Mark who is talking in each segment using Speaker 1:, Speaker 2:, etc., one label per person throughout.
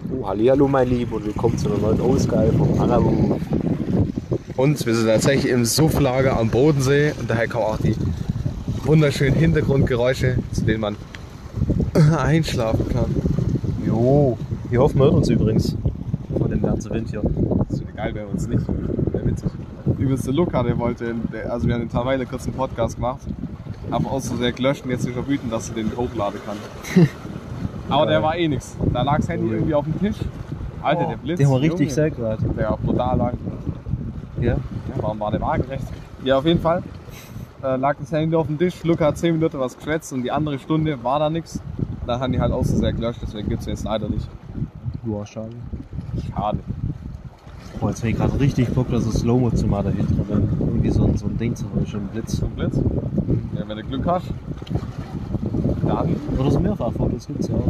Speaker 1: Oh, hallihallo mein Lieben und willkommen zu einer neuen Ausgabe vom Angabu.
Speaker 2: Und wir sind tatsächlich im Sufflager am Bodensee und daher kommen auch die wunderschönen Hintergrundgeräusche, zu denen man einschlafen kann.
Speaker 1: Jo, hier hoffen wir uns übrigens von dem ganzen Wind hier.
Speaker 2: Das wäre geil, wäre uns nicht. Wäre witzig. Übrigens der Luca, der wollte, also wir haben in Taweiler kurz einen Podcast gemacht, haben auch so sehr gelöscht und jetzt ist er wütend, dass er den nicht hochladen kann. Aber der war eh nix. Da lag das Handy irgendwie auf dem Tisch. Alter, der Blitz.
Speaker 1: Der war richtig
Speaker 2: Junge.
Speaker 1: sehr gerade.
Speaker 2: Der war brutal lang.
Speaker 1: Ja.
Speaker 2: Ja, warum war der waagerecht? Ja, auf jeden Fall lag das Handy auf dem Tisch. Luca hat 10 Minuten was geschwätzt und die andere Stunde war da nichts. Da haben die halt auch so sehr gelöscht, deswegen gibt es jetzt leider nicht.
Speaker 1: Ja, schade.
Speaker 2: Schade.
Speaker 1: Boah, jetzt habe ich gerade richtig Bock, dass es Slow-Mo zu machen dahinter. Wenn irgendwie so ein Ding zum Beispiel, ein Blitz.
Speaker 2: Zum Blitz? Ja, wenn du Glück hast, dann.
Speaker 1: Oder so Mehrfachfotos gibt es ja auch.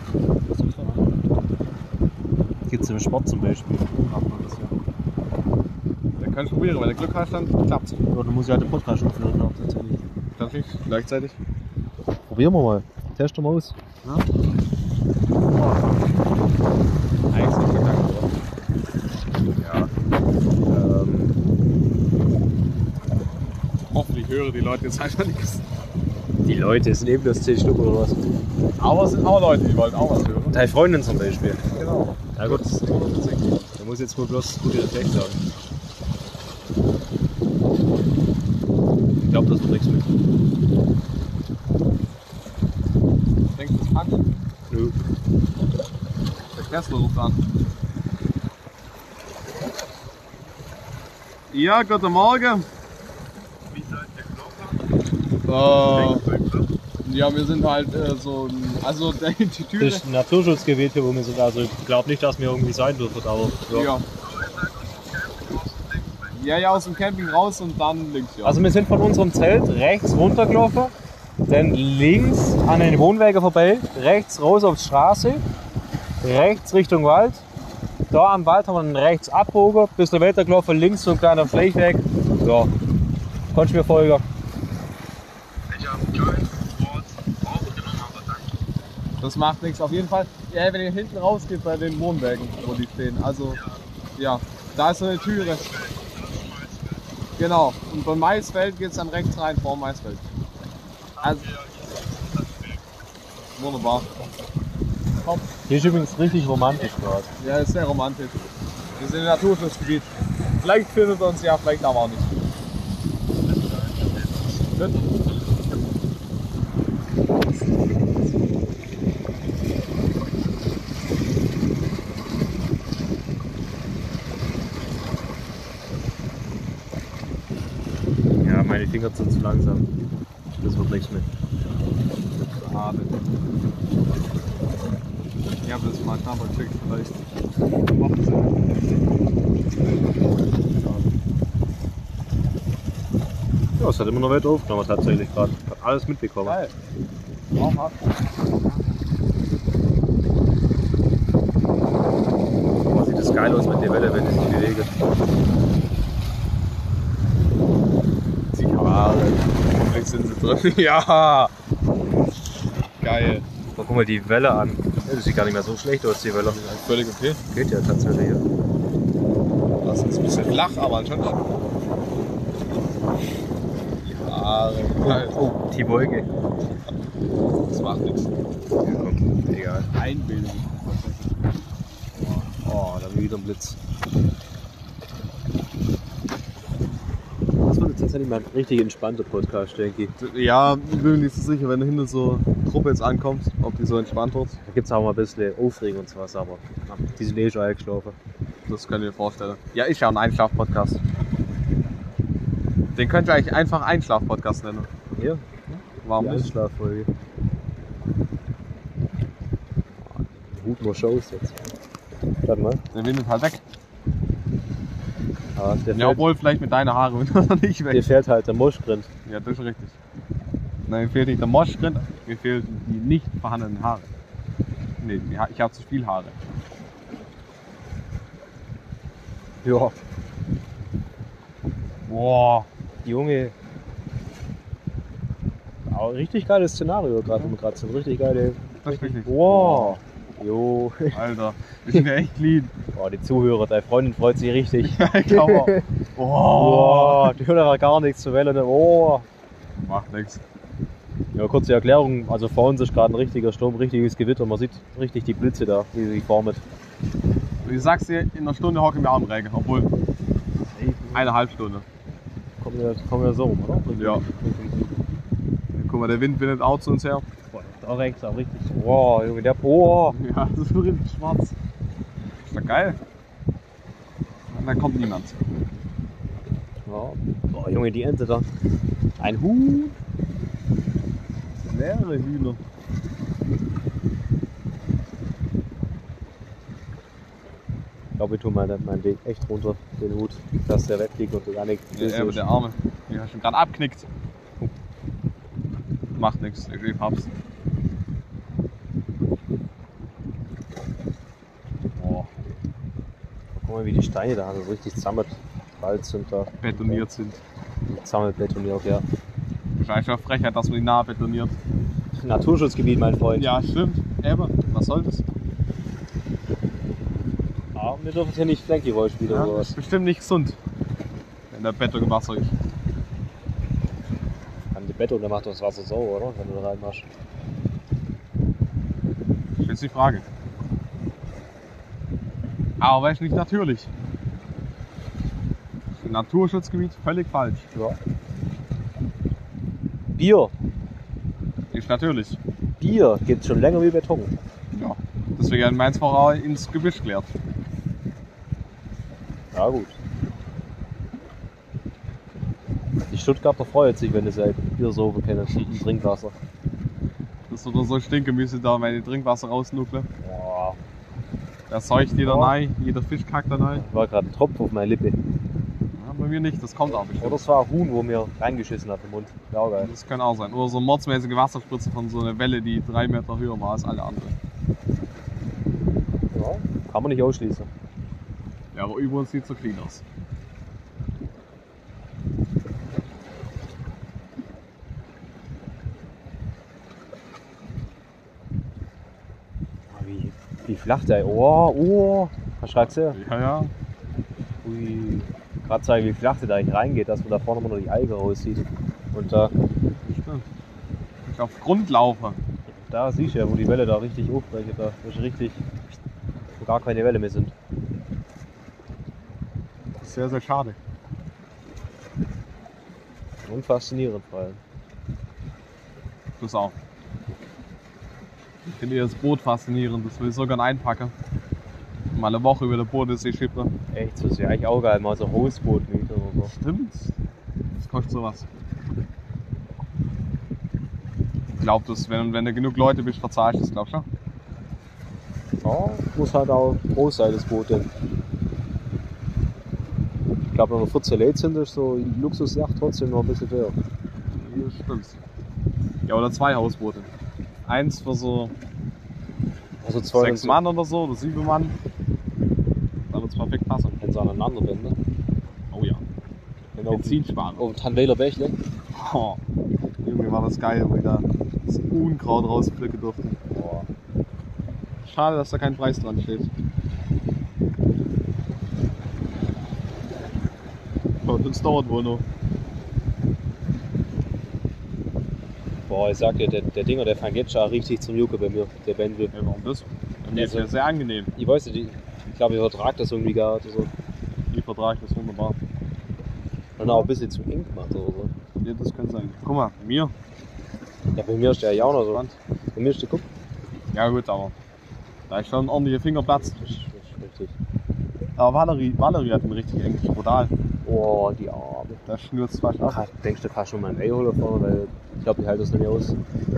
Speaker 1: Gibt es im Sport zum Beispiel.
Speaker 2: Macht man das ja. Dann kannst du probieren, wenn du Glück hast, dann klappt's.
Speaker 1: Oder du musst ja halt den Podcast aufhören, auch tatsächlich.
Speaker 2: Kannst nicht gleichzeitig?
Speaker 1: Probieren wir mal. Testen wir mal aus.
Speaker 2: Ja. Eigentlich nicht gegangen, oder? Ja. Hoffentlich hören die Leute jetzt einfach nichts.
Speaker 1: Die Leute sind eben das 10 Stück oder was?
Speaker 2: Aber es sind auch Leute, die wollen auch was hören.
Speaker 1: Deine Freundin zum Beispiel.
Speaker 2: Genau.
Speaker 1: Ja gut,
Speaker 2: Das ist 140.
Speaker 1: der muss jetzt wohl bloß gute Reflexe haben. Ich glaube, das wird nichts mit.
Speaker 2: Denkst du, das packt?
Speaker 1: Nö.
Speaker 2: Der Kessler ruft an. Ja, guten Morgen.
Speaker 3: Wie seid ihr gelaufen?
Speaker 2: Ja, wir sind halt also die Tür.
Speaker 1: Das ist ein Naturschutzgebiet hier, wo wir sind. Also ich glaube nicht, dass wir irgendwie sein dürfen, aber ja.
Speaker 2: Ja, aus dem Camping raus und dann links, ja.
Speaker 1: Also wir sind von unserem Zelt rechts runtergelaufen, dann links an den Wohnwegen vorbei, rechts raus auf die Straße, rechts Richtung Wald. Da am Wald haben wir dann rechts abgebogen, bis der weitergelaufen, links so ein kleiner Schleichweg. Ja, kannst du mir folgen.
Speaker 3: Ich habe kein Wort aufgenommen, aber danke.
Speaker 2: Das macht nichts. Auf jeden Fall, ja, wenn ihr hinten rausgeht bei den Wohnwägen, wo die stehen. Also, ja, da ist so eine Türe. Genau. Und beim Maisfeld geht es dann rechts rein, vor dem Maisfeld. Also, wunderbar. Komm.
Speaker 1: Hier ist übrigens richtig romantisch gerade.
Speaker 2: Ja, ist sehr romantisch. Wir sind im Naturschutzgebiet. Vielleicht findet uns ja, vielleicht aber auch nicht. Gut.
Speaker 1: Ja, meine Finger sind zu langsam. Das wird nichts mit.
Speaker 2: Schade. Ich habe das mal knapper gekriegt, vielleicht macht es
Speaker 1: Ja, es hat immer noch weiter aufgenommen tatsächlich gerade. Hat alles mitbekommen.
Speaker 2: geil. Auch hart.
Speaker 1: Boah, sieht das geil aus mit der Welle, wenn es sich bewegt.
Speaker 2: Die Haare. Vielleicht sind sie drin. Ja! Geil.
Speaker 1: Guck mal die Welle an. Ja, das sieht gar nicht mehr so schlecht aus, die Welle.
Speaker 2: Völlig okay.
Speaker 1: Geht ja tatsächlich. Ja.
Speaker 2: Das ist ein bisschen flach, aber schon. Die Haare. Geil.
Speaker 1: Oh, die Beuge.
Speaker 2: Das macht nichts.
Speaker 1: Ja, komm, egal.
Speaker 2: Einbildung.
Speaker 1: Oh, da wieder ein Blitz. Das wird jetzt tatsächlich mal ein richtig entspannter Podcast, denke ich.
Speaker 2: Ja, ich bin mir nicht so sicher, wenn hinten so eine Truppe jetzt ankommt, ob die so entspannt wird.
Speaker 1: Da gibt es auch mal ein bisschen Aufregung und sowas, aber die sind eh schon eingeschlafen.
Speaker 2: Das könnt ihr euch vorstellen. Ja, ist ja ein Einschlaf-Podcast. Den könnt ihr eigentlich einfach Einschlaf-Podcast nennen.
Speaker 1: Hier,
Speaker 2: Warum
Speaker 1: die
Speaker 2: nicht?
Speaker 1: Einschlaffolge. Hut nur Shows jetzt. Warte mal.
Speaker 2: Der windet halt weg.
Speaker 1: Ah, der
Speaker 2: Ja, obwohl vielleicht mit deiner Haare windet er nicht
Speaker 1: Dir
Speaker 2: weg.
Speaker 1: fährt halt der Mosch drin.
Speaker 2: Ja, das ist richtig. Nein, mir fehlt nicht der Mosch drin, mir fehlen die nicht vorhandenen Haare. Nee, ich habe zu viel Haare.
Speaker 1: Ja.
Speaker 2: Boah.
Speaker 1: Junge. Aber richtig geiles Szenario gerade, wo wir gerade sind. Richtig geile.
Speaker 2: Das ist richtig.
Speaker 1: Wow. Jo.
Speaker 2: Alter, wir sind ja echt clean.
Speaker 1: Oh, die Zuhörer, deine Freundin freut sich richtig.
Speaker 2: Oh.
Speaker 1: Oh, die hört aber gar nichts zur Welle. Ne? Oh.
Speaker 2: Macht nix.
Speaker 1: Ja, kurze Erklärung. Also vor uns ist gerade ein richtiger Sturm, richtiges Gewitter. Man sieht richtig die Blitze da, wie sie formen.
Speaker 2: Und ich sag's dir, in einer Stunde hocken wir am Regen. Obwohl, 1,5 Stunde.
Speaker 1: Kommen wir so rum, oder?
Speaker 2: Ja. Guck mal, der Wind windet auch zu uns her.
Speaker 1: Boah, da rechts auch richtig. Wow, Junge, der. Oh.
Speaker 2: Ja, das ist richtig schwarz. Ist doch geil. Und da kommt niemand.
Speaker 1: Ja. Boah, Junge, die Ente da. Ein Huhn.
Speaker 2: Mehrere Hühner.
Speaker 1: Ich glaube, ich tue mein Ding echt runter, den Hut, dass der wegfliegt und gar nichts.
Speaker 2: Ja, aber der Arme. Den hast du gerade abknickt. Macht nichts, ich hab's.
Speaker 1: Boah. Guck mal, wie die Steine da so richtig zusammen bald sind da.
Speaker 2: Betoniert sind.
Speaker 1: Zusammen betoniert, ja.
Speaker 2: Wahrscheinlich auch Frechheit, dass man die nah betoniert.
Speaker 1: Naturschutzgebiet, mein Freund.
Speaker 2: Ja, stimmt. Eben, was soll das?
Speaker 1: Aber wir dürfen hier nicht Fleckgeräusch wieder
Speaker 2: Ja,
Speaker 1: oder
Speaker 2: das ist
Speaker 1: was.
Speaker 2: bestimmt nicht gesund, wenn der Beton Wasser ist.
Speaker 1: An die Bette und dann macht das Wasser sauer, oder? Wenn du da reinmachst.
Speaker 2: Das ist jetzt die Frage. Aber ist nicht natürlich. Das ist ein Naturschutzgebiet völlig falsch.
Speaker 1: Ja. Bier.
Speaker 2: Ist natürlich.
Speaker 1: Bier gibt's schon länger wie Beton.
Speaker 2: Ja. Deswegen haben meins vorher ins Gebüsch geleert.
Speaker 1: Ja gut. Die Stuttgarter freuen sich, wenn sie ein Bier so kennen, im Trinkwasser.
Speaker 2: Das oder so stinken müsste da meine Trinkwasser rausnuckeln.
Speaker 1: Boah.
Speaker 2: Da seucht jeder
Speaker 1: Ja.
Speaker 2: rein, jeder Fisch kackt da rein.
Speaker 1: War gerade ein Tropfen auf meine Lippe.
Speaker 2: Ja, bei mir nicht, das kommt auch bestimmt.
Speaker 1: Oder es war ein Huhn, wo mir reingeschissen hat im Mund. Ja, auch geil.
Speaker 2: Das kann auch sein. Oder so eine mordsmäßige Wasserspritze von so einer Welle, die 3 Meter höher war als alle anderen.
Speaker 1: Ja, kann man nicht ausschließen.
Speaker 2: Ja, aber über uns sieht so clean aus.
Speaker 1: Wie flach der. Oh. Was schreibst du?
Speaker 2: Ja, ja.
Speaker 1: Ui. Gerade zeigen, wie flach der da eigentlich reingeht, dass man da vorne mal noch die Alge raussieht. Und da
Speaker 2: Ich auf Grund laufe.
Speaker 1: siehst du ja, wo die Welle da richtig aufbrechen. Da ist richtig, wo gar keine Welle mehr sind.
Speaker 2: Das ist sehr, sehr schade.
Speaker 1: Und faszinierend vor allem.
Speaker 2: Das auch. Ich finde eher das Boot faszinierend, das will ich sogar einpacken. Mal eine Woche über der Bodensee schippen.
Speaker 1: Echt, so ist ja eigentlich auch geil, mal so ein Hausboot mieten oder so.
Speaker 2: Stimmt. Das kostet sowas. Ich glaube, wenn du genug Leute bist, verzahlst du das, glaubst du?
Speaker 1: Ja, muss halt auch groß sein, das Boot. Denn ich glaube, wenn wir 14 Leute sind, ist so eine Luxusjacht trotzdem noch ein bisschen teuer.
Speaker 2: Das stimmt. Ja, oder 2 Hausboote. Eins für so
Speaker 1: Also 2
Speaker 2: 6 Mann oder so, oder 7 Mann. Da wird es perfekt passen.
Speaker 1: Wenn sie aneinander binden.
Speaker 2: Oh ja.
Speaker 1: Wenn auf
Speaker 2: Benzinsparen.
Speaker 1: dem Tanweiler Bächle.
Speaker 2: Oh, Junge, war das geil, wo ich da das Unkraut rauspflücken durfte.
Speaker 1: Boah.
Speaker 2: Schade, dass da kein Preis dran steht. Und das dauert wohl noch.
Speaker 1: Boah, ich sag dir, der Dinger, der fängt jetzt schon richtig zum Jucke bei mir, der Bändel.
Speaker 2: Ja, warum das? Mir ist ja sehr angenehm.
Speaker 1: Ich weiß nicht, ich glaube, ich vertrag das irgendwie gar nicht. So.
Speaker 2: Ich vertrage das wunderbar.
Speaker 1: Und auch ein bisschen zu eng gemacht oder so.
Speaker 2: Ja, das kann sein. Guck mal, mir.
Speaker 1: Ja, bei mir ist der ja auch noch so.
Speaker 2: Spannend.
Speaker 1: Bei mir ist der, guck.
Speaker 2: Ja gut, aber da ist schon ein ordentlicher Fingerplatz.
Speaker 1: Das ist richtig.
Speaker 2: Aber Valerie hat einen richtig eng, brutal.
Speaker 1: Oh, die Arme.
Speaker 2: Da schnürt es fast ab.
Speaker 1: Ach, denkst du, kannst du mal einen Ei holen vorne, weil ich glaube, die hält das nicht mehr aus.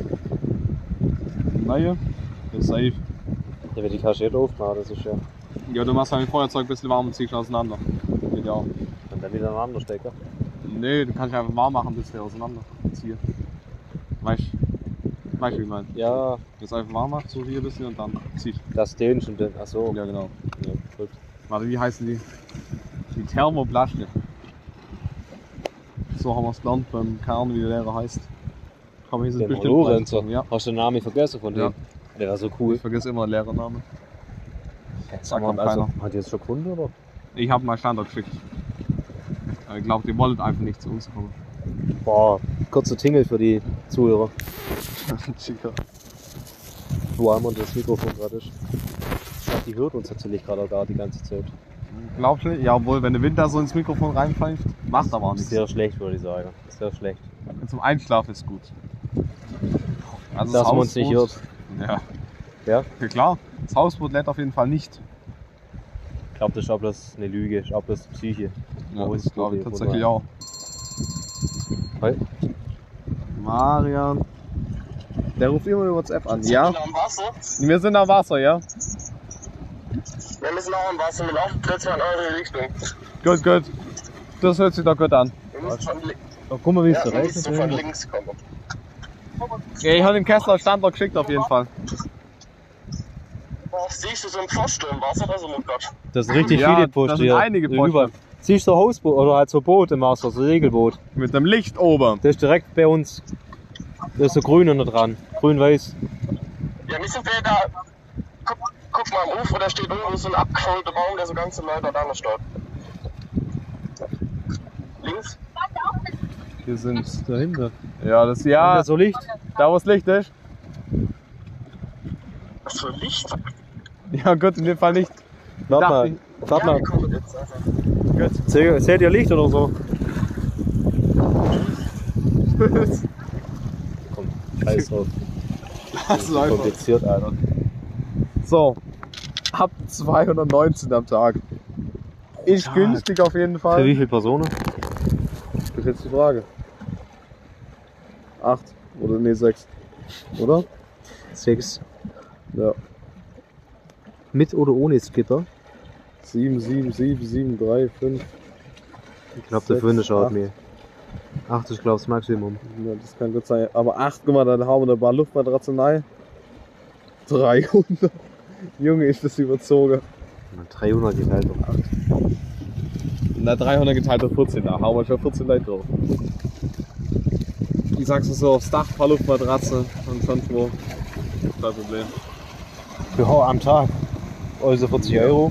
Speaker 2: Neue, das ist safe.
Speaker 1: Ja, wenn die kannst du nicht aufmachen, das ist ja.
Speaker 2: Ja, du machst halt mit Feuerzeug ein bisschen warm und ziehst auseinander. Geht ja auch.
Speaker 1: Und dann wieder aneinander stecken.
Speaker 2: Nee, du kannst einfach warm machen, bis der auseinander ziehe. Weißt du, wie ich meine?
Speaker 1: Ja,
Speaker 2: Das einfach warm macht, so hier ein bisschen und dann zieht.
Speaker 1: das den schon. Achso.
Speaker 2: Ja, genau.
Speaker 1: Ja, gut.
Speaker 2: Warte, wie heißen die? Die Thermoblasche. So haben wir es gelernt beim keine Ahnung, wie der Lehrer heißt. Aber hier ist es
Speaker 1: Der
Speaker 2: bestimmt
Speaker 1: Lorenzer.
Speaker 2: Preis. Ja.
Speaker 1: Hast du den Namen vergessen von dem?
Speaker 2: Ja.
Speaker 1: Der war so cool.
Speaker 2: Ich vergesse immer den Lehrernamen.
Speaker 1: Sag
Speaker 2: kommt
Speaker 1: mal, also,
Speaker 2: keiner.
Speaker 1: hat die jetzt schon Kunde oder?
Speaker 2: Ich habe mal Standort geschickt. Aber ich glaube, die wollen einfach nicht zu uns kommen.
Speaker 1: Boah, kurzer Tingle für die Zuhörer. Wo haben wir das Mikrofon gerade ist. Ich glaube, die hört uns natürlich gerade gar die ganze Zeit.
Speaker 2: Glaubst du nicht? Ja, obwohl, wenn der Wind da so ins Mikrofon reinpfeift, macht aber auch nichts.
Speaker 1: Sehr schlecht, würde ich sagen. Sehr schlecht.
Speaker 2: Und zum Einschlafen ist gut. Also
Speaker 1: Dass man uns nicht hört.
Speaker 2: Ja.
Speaker 1: Ja?
Speaker 2: Ja klar, das Hausboot lädt auf jeden Fall nicht.
Speaker 1: Ich glaube, das ist auch bloß eine Lüge, ist auch bloß Psyche.
Speaker 2: Ja,
Speaker 1: Wo
Speaker 2: das
Speaker 1: ist
Speaker 2: glaube ich
Speaker 1: die
Speaker 2: tatsächlich
Speaker 1: Wohnung?
Speaker 2: auch.
Speaker 1: Hi.
Speaker 2: Marian. Der ruft immer über WhatsApp an. Ja?
Speaker 3: Wir sind am Wasser.
Speaker 2: Wir sind am Wasser, ja?
Speaker 3: Wir müssen auch am Wasser. Wir laufen plötzlich in eure Richtung.
Speaker 2: Gut, gut. Das hört sich doch gut an.
Speaker 3: Wir müssen von,
Speaker 1: Oh, guck mal, wie es
Speaker 3: ja,
Speaker 1: da
Speaker 3: wir müssen von
Speaker 1: regnet.
Speaker 3: links kommen.
Speaker 2: Ja, ich habe dem Kessler Standort geschickt auf jeden Fall.
Speaker 3: Oh, siehst du so einen Pfosten im Wasser, da sind wir gerade.
Speaker 1: Das sind richtig
Speaker 2: Ja,
Speaker 1: viele
Speaker 2: da
Speaker 1: Posten
Speaker 2: sind
Speaker 1: hier.
Speaker 2: einige Posten.
Speaker 1: Überall. Siehst du so ein Hausboot oder halt so ein Boot im Wasser, so ein Segelboot.
Speaker 2: Mit dem Licht oben.
Speaker 1: Das ist direkt bei uns. Da ist so grün unten dran. Grün-weiß.
Speaker 3: Ja, wir sind da. Guck mal am Ufer, da steht irgendwo so ein abgefolgter Baum, der so ganz leider da noch steht. Links?
Speaker 2: Hier sind.
Speaker 1: Dahinter.
Speaker 2: Ja, das
Speaker 1: Ja.
Speaker 2: ja.
Speaker 1: So Licht.
Speaker 2: Da wo das Licht ist.
Speaker 3: Was für ein Licht?
Speaker 2: Ja gut, in dem Fall nicht.
Speaker 1: Warte
Speaker 2: Dachte
Speaker 1: mal. Warte
Speaker 3: Ja,
Speaker 1: mal.
Speaker 3: wir kommen jetzt einfach.
Speaker 1: Seht ihr Licht oder so? Komm, scheiß drauf.
Speaker 2: Das ist einfach.
Speaker 1: Kompliziert, Alter.
Speaker 2: So. Ab 219 am Tag. Ist
Speaker 1: Tag.
Speaker 2: günstig auf jeden
Speaker 1: Für
Speaker 2: Fall.
Speaker 1: wie viele Personen?
Speaker 2: Das ist jetzt die Frage. 8 oder nee 6. Oder?
Speaker 1: 6.
Speaker 2: Ja.
Speaker 1: Mit oder ohne Skitter?
Speaker 2: 7, 7, 7, 7, 3, 5.
Speaker 1: Ich glaube, der 5 schaut
Speaker 2: 8.
Speaker 1: mir. 8 ist, glaube ich, das Maximum.
Speaker 2: Ja, das kann gut sein. Aber 8, guck mal, dann haben wir eine paar Luftmatratze rein. 300. Junge, ist das überzogen.
Speaker 1: 300 geteilt durch 8.
Speaker 2: Na, 300 geteilt durch 14, da hauen wir schon 14 Leute drauf. Ich sag's so, aufs Dach, paar Luftmatratze und sonst wo. Kein Problem.
Speaker 1: Ja, am Tag. Also 40 Euro.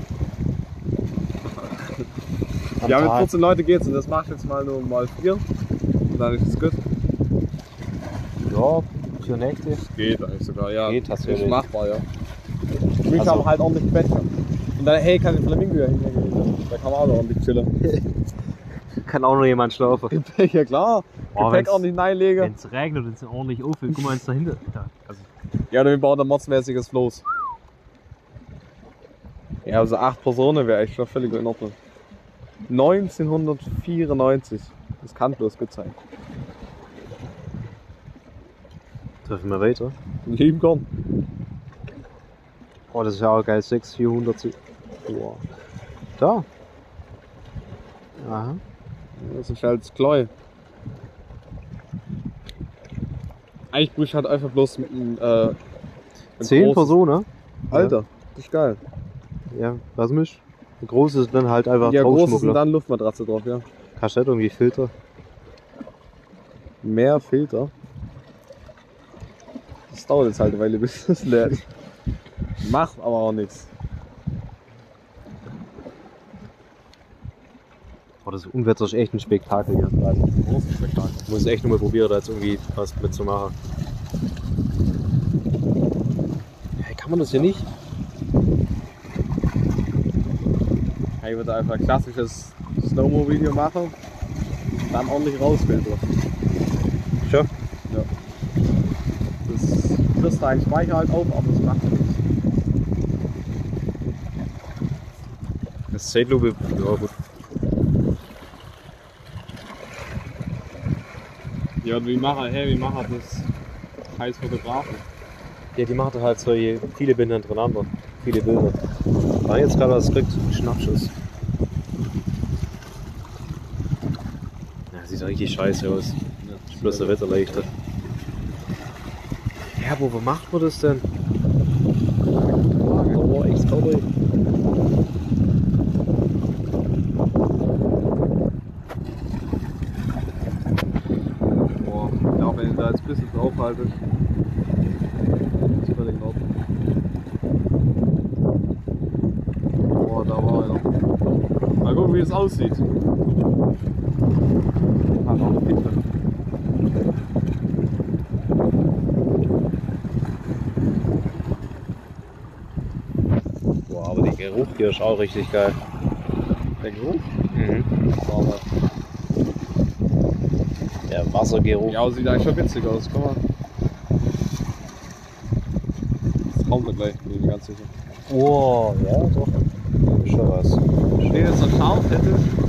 Speaker 1: Am
Speaker 2: Ja, mit
Speaker 1: Tag.
Speaker 2: 14 Leute geht's und das mach ich jetzt mal nur mal 4. Und dann ist es gut.
Speaker 1: Ja, 4 Nächte.
Speaker 2: Geht eigentlich sogar, ja.
Speaker 1: Geht tatsächlich.
Speaker 2: Ist machbar, ja. Mich
Speaker 1: Also-
Speaker 2: haben halt ordentlich Bett. Und dann, hey, kann ich Flamingo ja hinlegen. Da kann man auch noch ordentlich chillen.
Speaker 1: Kann auch noch jemand schlafen.
Speaker 2: Gepäck, ja klar.
Speaker 1: Oh,
Speaker 2: Gepäck
Speaker 1: wenn's-
Speaker 2: ordentlich reinlegen.
Speaker 1: Wenn es regnet und es ordentlich auffällt, guck mal, wenn es dahinter. Da, also,
Speaker 2: Ja, oder wir bauen ein modsmäßiges Floß. Ja, also 8 Personen wäre echt schon völlig in Ordnung. 1994. Das kann bloß gut sein.
Speaker 1: treffen wir weiter.
Speaker 2: Lieben gern.
Speaker 1: Oh, das ist ja auch geil. 6, 400. Wow. Da. Aha.
Speaker 2: Das ist halt das Kleu. Eigentlich brauche ich halt einfach bloß mit einem
Speaker 1: 10 Personen.
Speaker 2: Alter, das ist geil.
Speaker 1: Ja, was mich? Ein großes dann halt einfach
Speaker 2: Ja, groß ist und
Speaker 1: draufschmuggeln.
Speaker 2: dann Luftmatratze drauf, ja.
Speaker 1: Kannst du nicht irgendwie Filter?
Speaker 2: Mehr Filter. Das dauert jetzt halt eine Weile, bis das leer ist. Macht aber auch nichts.
Speaker 1: Oh, das Unwetter ist echt ein Spektakel hier gerade.
Speaker 2: Großes Spektakel.
Speaker 1: Ich muss echt nur mal probieren, da jetzt irgendwie was mitzumachen. Hey, kann man das hier nicht?
Speaker 2: Ich würde einfach ein klassisches Snowmo-Video machen, dann ordentlich rausfiltern.
Speaker 1: Schon?
Speaker 2: Ja. Das kriegst du einen Speicher halt auf, aber das macht nichts.
Speaker 1: Das Zeitlupe, ja gut.
Speaker 2: Ja, und wie machen das scheiß Fotografen?
Speaker 1: Ja, die macht halt so viele Bilder hintereinander. Viele Bilder. War jetzt gerade was kriegt, ein Schnappschuss. Ja, sieht richtig scheiße aus. Ist bloß der Wetter leichter. Ja, wo macht man das denn? Oh, Ex-Cowboy.
Speaker 2: Boah, ich glaube, wenn ich da jetzt ein bisschen draufhalte, ist völlig in Ordnung. Mal gucken, wie es aussieht. Hat auch eine Pizza.
Speaker 1: Boah, aber der Geruch hier ist auch richtig geil.
Speaker 2: Der Geruch?
Speaker 1: Mhm.
Speaker 2: Aber
Speaker 1: Der Wassergeruch.
Speaker 2: ja, sieht eigentlich schon witzig aus. Guck mal. Das kommt dann gleich, bin ich mir ganz sicher.
Speaker 1: Oh, ja, doch. Ist schon was.
Speaker 2: Wenn jetzt so scharf hätte.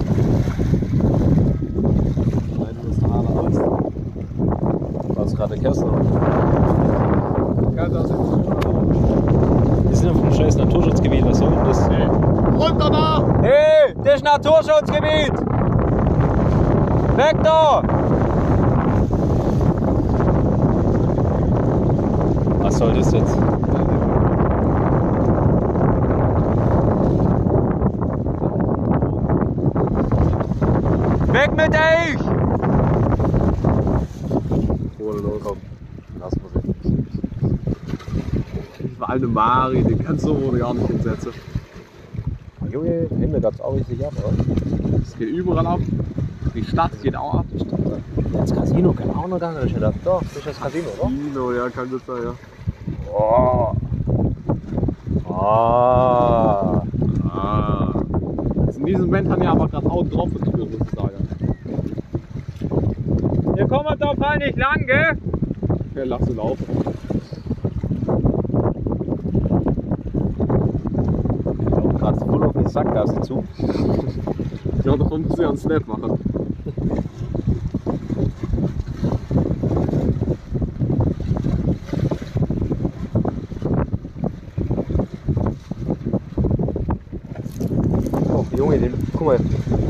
Speaker 2: Nein, du musst Haare aus.
Speaker 1: War es gerade der Kessler?
Speaker 2: Ja, da sind wir.
Speaker 1: Wir sind auf einem scheiß Naturschutzgebiet. Was soll denn das?
Speaker 2: Hey, runter da!
Speaker 1: Hey, das ist Naturschutzgebiet! Weg da! Was soll das jetzt? Weg mit euch!
Speaker 2: Ohne los.
Speaker 1: Komm, lass mal sehen.
Speaker 2: Diese alte Mari, den kannst du wohl gar nicht hinsetzen.
Speaker 1: Junge, da hinten gab's auch richtig ab, oder?
Speaker 2: Es geht überall ab. Die Stadt geht auch ab.
Speaker 1: Das Casino kann auch noch gar nicht. Doch, das ist das Casino, oder?
Speaker 2: Kino, ja, kann das sein, ja.
Speaker 1: Oh. Ah.
Speaker 2: Ah. Also in diesem Moment haben wir aber gerade auch drauf gespürt, muss ich sagen.
Speaker 1: Hier kommen wir doch mal nicht lang, gell?
Speaker 2: Okay, lass ihn laufen.
Speaker 1: Ich laufe gerade voll auf die Sackgasse zu.
Speaker 2: Ja, davon muss ich einen Snap machen.
Speaker 1: Oh, Junge, den, guck mal.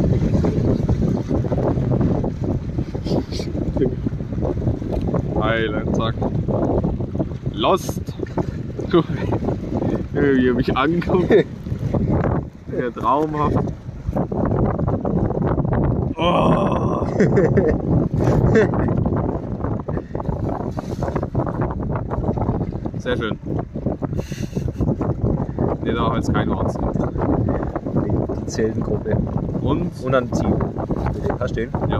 Speaker 2: Heilen, zack. Lost. Guck, wie er mich anguckt. Ja, traumhaft. Oh. Sehr schön. Ne, da jetzt kein Ort.
Speaker 1: Die Zeltengruppe.
Speaker 2: Und?
Speaker 1: Und dann Team. Mit dem kannst du den?
Speaker 2: Ja.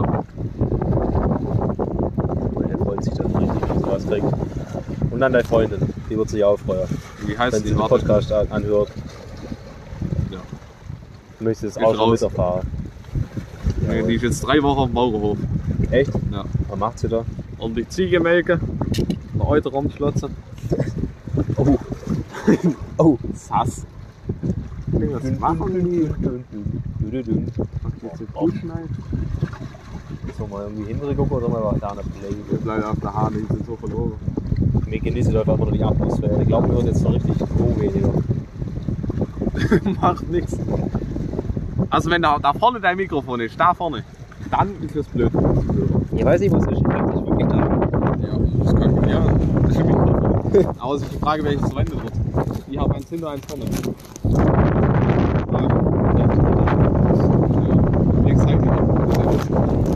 Speaker 1: Der freut sich dann richtig, wenn er sowas kriegt. Und dann deine Freundin, die wird sich auch freuen,
Speaker 2: Wie heißt
Speaker 1: wenn sie
Speaker 2: die?
Speaker 1: den
Speaker 2: Warte.
Speaker 1: Podcast anhört.
Speaker 2: Ja.
Speaker 1: Du möchtest es
Speaker 2: Ist
Speaker 1: auch schon
Speaker 2: raus.
Speaker 1: miterfahren.
Speaker 2: Nee, die ist jetzt 3 Wochen auf dem Bauernhof.
Speaker 1: Echt?
Speaker 2: Ja.
Speaker 1: Was macht sie da?
Speaker 2: Und die Ziege melken, eine Euter rumschlotzen.
Speaker 1: Oh. Oh.
Speaker 2: Sass. Was machen die?
Speaker 1: So mal irgendwie hinterher gucken oder mal da eine Play.
Speaker 2: Wir bleiben auf der Hahn, die sind so verloren.
Speaker 1: Wir genießen dort einfach nur die Atmosphäre. Ich glaube, wir hören jetzt noch richtig weniger.
Speaker 2: Macht nichts. Also wenn da vorne dein Mikrofon ist, da vorne, dann ist es blöd.
Speaker 1: Ich weiß nicht, was es ist. Ich glaube, das ist wirklich da.
Speaker 2: Ja, das kann, ja, das ist ein Mikrofon. Aber es ist die Frage, welches verwendet wird. Ich habe eins hinter, eins vorne. Ja. Links, rechts,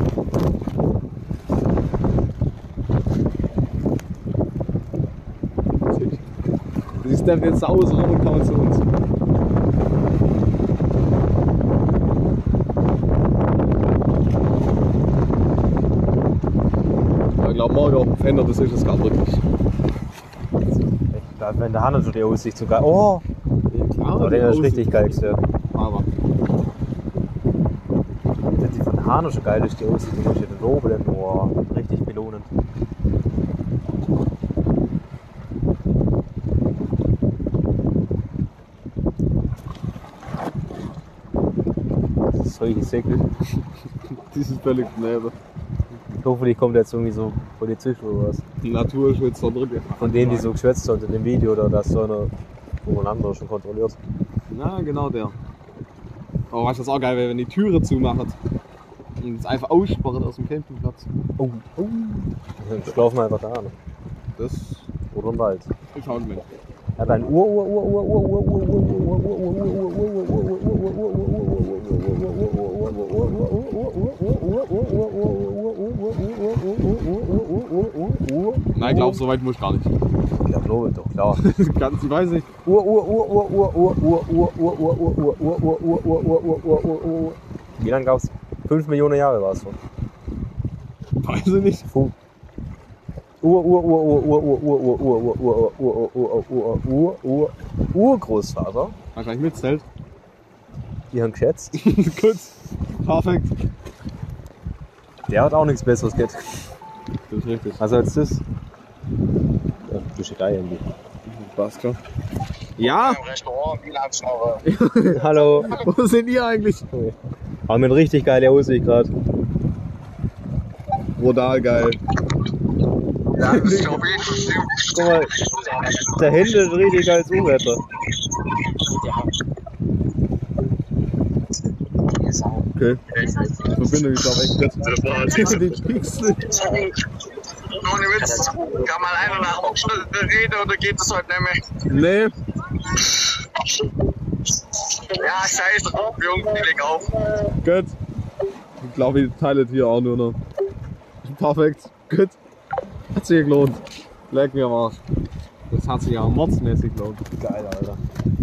Speaker 2: Sie steppen jetzt aus rum und kommen zu uns. Ich glaube, morgen auf dem Fender, das ist es gar wirklich.
Speaker 1: Da, wenn der Hannes so die Aussicht so geil. Oh!
Speaker 2: Ja, klar,
Speaker 1: Aber der ist richtig geil gestört.
Speaker 2: Aber
Speaker 1: Die von Hannes so geil ist, die Aussicht, die muss ich den oben dann nur richtig belohnen. Das ist solche Säckel.
Speaker 2: dieses völlig daneben.
Speaker 1: Hoffentlich kommt jetzt irgendwie so Polizist oder was.
Speaker 2: Die Natur ist jetzt da drin.
Speaker 1: Von denen, die so geschwätzt haben in dem Video, oder dass so einer voneinander schon kontrolliert.
Speaker 2: Na, genau der. Aber weißt du, das ist auch geil, wenn die Türe zumachen und es einfach aussperren aus dem Campingplatz.
Speaker 1: Oh, oh. Dann schlafen wir einfach da an.
Speaker 2: Das
Speaker 1: Oder im Wald.
Speaker 2: ist auch nicht.
Speaker 1: Er hat ein
Speaker 2: Nein, ich glaube, so weit muss ich gar nicht.
Speaker 1: Ich glaube von oben, doch klar.
Speaker 2: Ganz, ich weiß nicht.
Speaker 1: Wie lange gab's? 5 Millionen Jahre war es so.
Speaker 2: Weiß ich nicht.
Speaker 1: Urgroßvater.
Speaker 2: Wahrscheinlich mit Zelt.
Speaker 1: Die haben geschätzt.
Speaker 2: Gut. Perfekt.
Speaker 1: Der hat auch nichts Besseres gehabt.
Speaker 2: Das ist richtig.
Speaker 1: Was als das? Ja, das ist geil irgendwie.
Speaker 2: Passt klar. Ja?
Speaker 3: Im Restaurant, Bilanzschnauze.
Speaker 1: Hallo.
Speaker 2: Wo sind ihr eigentlich?
Speaker 1: Haben wir eine richtig geile Aussicht gerade.
Speaker 2: Brutal geil.
Speaker 3: Ja, das ist auf jeden Fall.
Speaker 1: Guck mal, da hinten ist richtig geiles Unwetter.
Speaker 2: Okay. Die Verbindung ist auch echt gut. Die Pixel.
Speaker 3: Ohne Witz, kann mal einer nach dem Schnell reden oder geht es heute nicht mehr?
Speaker 2: Nee.
Speaker 3: Ja, scheiße, Jungs, die legen auf.
Speaker 2: Gut. Ich glaube, ich teile hier auch nur noch. Perfekt. Gut. Hat sich gelohnt. Leck mir am Arsch. Das hat sich ja mordsmäßig gelohnt.
Speaker 1: Geil, Alter.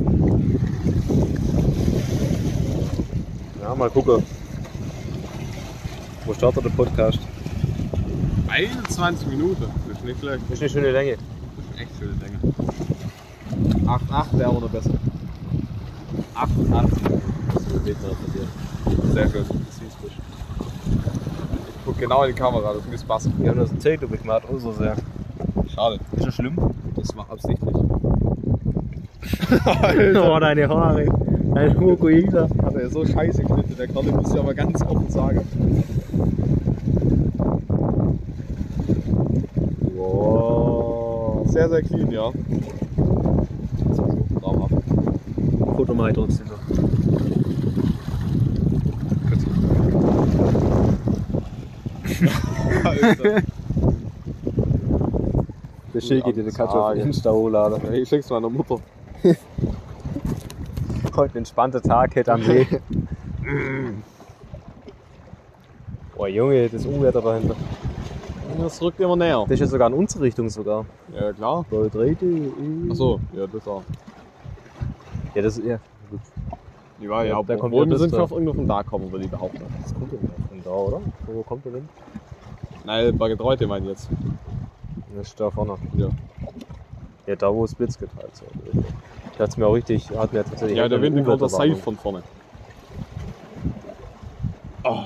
Speaker 1: Ja, mal gucken. Wo startet der Podcast?
Speaker 2: 21 Minuten. Das ist nicht schlecht.
Speaker 1: Das ist eine schöne Länge.
Speaker 2: Das ist echt schöne Länge. 8,8 wäre auch noch besser. 88. Sehr schön. Ich guck genau in die Kamera, das müsste passen.
Speaker 1: Wir haben das ein Zelt gemacht, oh so sehr.
Speaker 2: Schade.
Speaker 1: Ist das schlimm?
Speaker 2: Das war absichtlich.
Speaker 1: Oh, deine Haare. Dein Hugoida.
Speaker 2: Hat er so scheiße geschnitten, der Kerl, muss ich aber ganz offen sagen.
Speaker 1: Wow.
Speaker 2: Sehr, sehr clean, ja. Traumhaft.
Speaker 1: Foto mal trotzdem noch.
Speaker 2: Alter.
Speaker 1: Der Schild geht dir, der kannst du auf Insta hochladen.
Speaker 2: Ja, ich schick's meiner Mutter.
Speaker 1: Heute ein entspannter Tag hätte am See. Oh Junge, das Unwetter dahinter.
Speaker 2: Das rückt immer näher.
Speaker 1: Das ist ja sogar in unsere Richtung sogar.
Speaker 2: Ja, klar. Achso, ja, das auch.
Speaker 1: Ja, das ist ja. Gut.
Speaker 2: Ja, ja,
Speaker 1: da kommt
Speaker 2: obwohl
Speaker 1: ja
Speaker 2: wir
Speaker 1: das
Speaker 2: sind
Speaker 1: da.
Speaker 2: auf irgendwo von da kommen, würde ich behaupten.
Speaker 1: Das kommt ja von da, oder? Wo kommt der denn?
Speaker 2: Nein, bei Getreute meine ich jetzt.
Speaker 1: Das ist da vorne.
Speaker 2: Ja.
Speaker 1: Ja, da wo es Blitz geteilt so. Da hat's mir auch richtig, hat mir tatsächlich.
Speaker 2: Ja, der
Speaker 1: eine
Speaker 2: Wind kommt das Seil
Speaker 1: Unwetterwarnung.
Speaker 2: von vorne. Oh.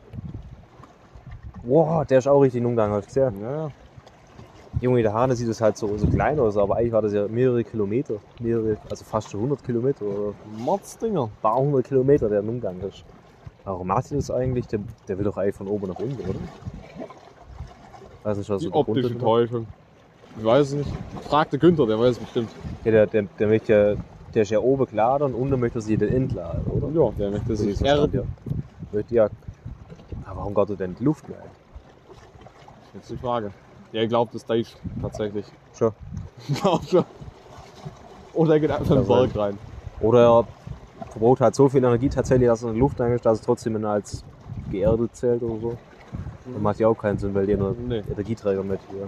Speaker 1: Wow, der ist auch richtig in Umgang, hast du gesehen?
Speaker 2: Ja, ja.
Speaker 1: Junge, der Hahn sieht das halt so klein aus, aber eigentlich war das ja mehrere Kilometer. Also fast schon 100 Kilometer oder
Speaker 2: Mordsdinger.
Speaker 1: ein paar 100 Kilometer, der in Umgang ist. Warum macht ihr das eigentlich? Der will doch eigentlich von oben nach unten, oder? Weiß nicht, was
Speaker 2: Die
Speaker 1: so der Grund
Speaker 2: optische
Speaker 1: ist.
Speaker 2: Täuschung. Ich weiß es nicht. Frag der Günther, der weiß es bestimmt.
Speaker 1: Ja, der möchte ja, der ist ja oben geladen und unten möchte er sich den entladen, oder?
Speaker 2: Ja, der möchte sich
Speaker 1: So
Speaker 2: erden.
Speaker 1: ja. Möchte ja. Aber warum geht er denn die Luft mehr ein?
Speaker 2: Jetzt die Frage. Ja, ich glaube, das ist tatsächlich.
Speaker 1: Schon.
Speaker 2: Ich glaube schon. Oder er geht einfach in den Berg rein.
Speaker 1: Oder er verbraucht halt so viel Energie tatsächlich, dass er in die Luft eingeht, dass es trotzdem als geerdet zählt oder so. Das macht ja auch keinen Sinn, weil die nur
Speaker 2: Nee.
Speaker 1: Energieträger mit hier.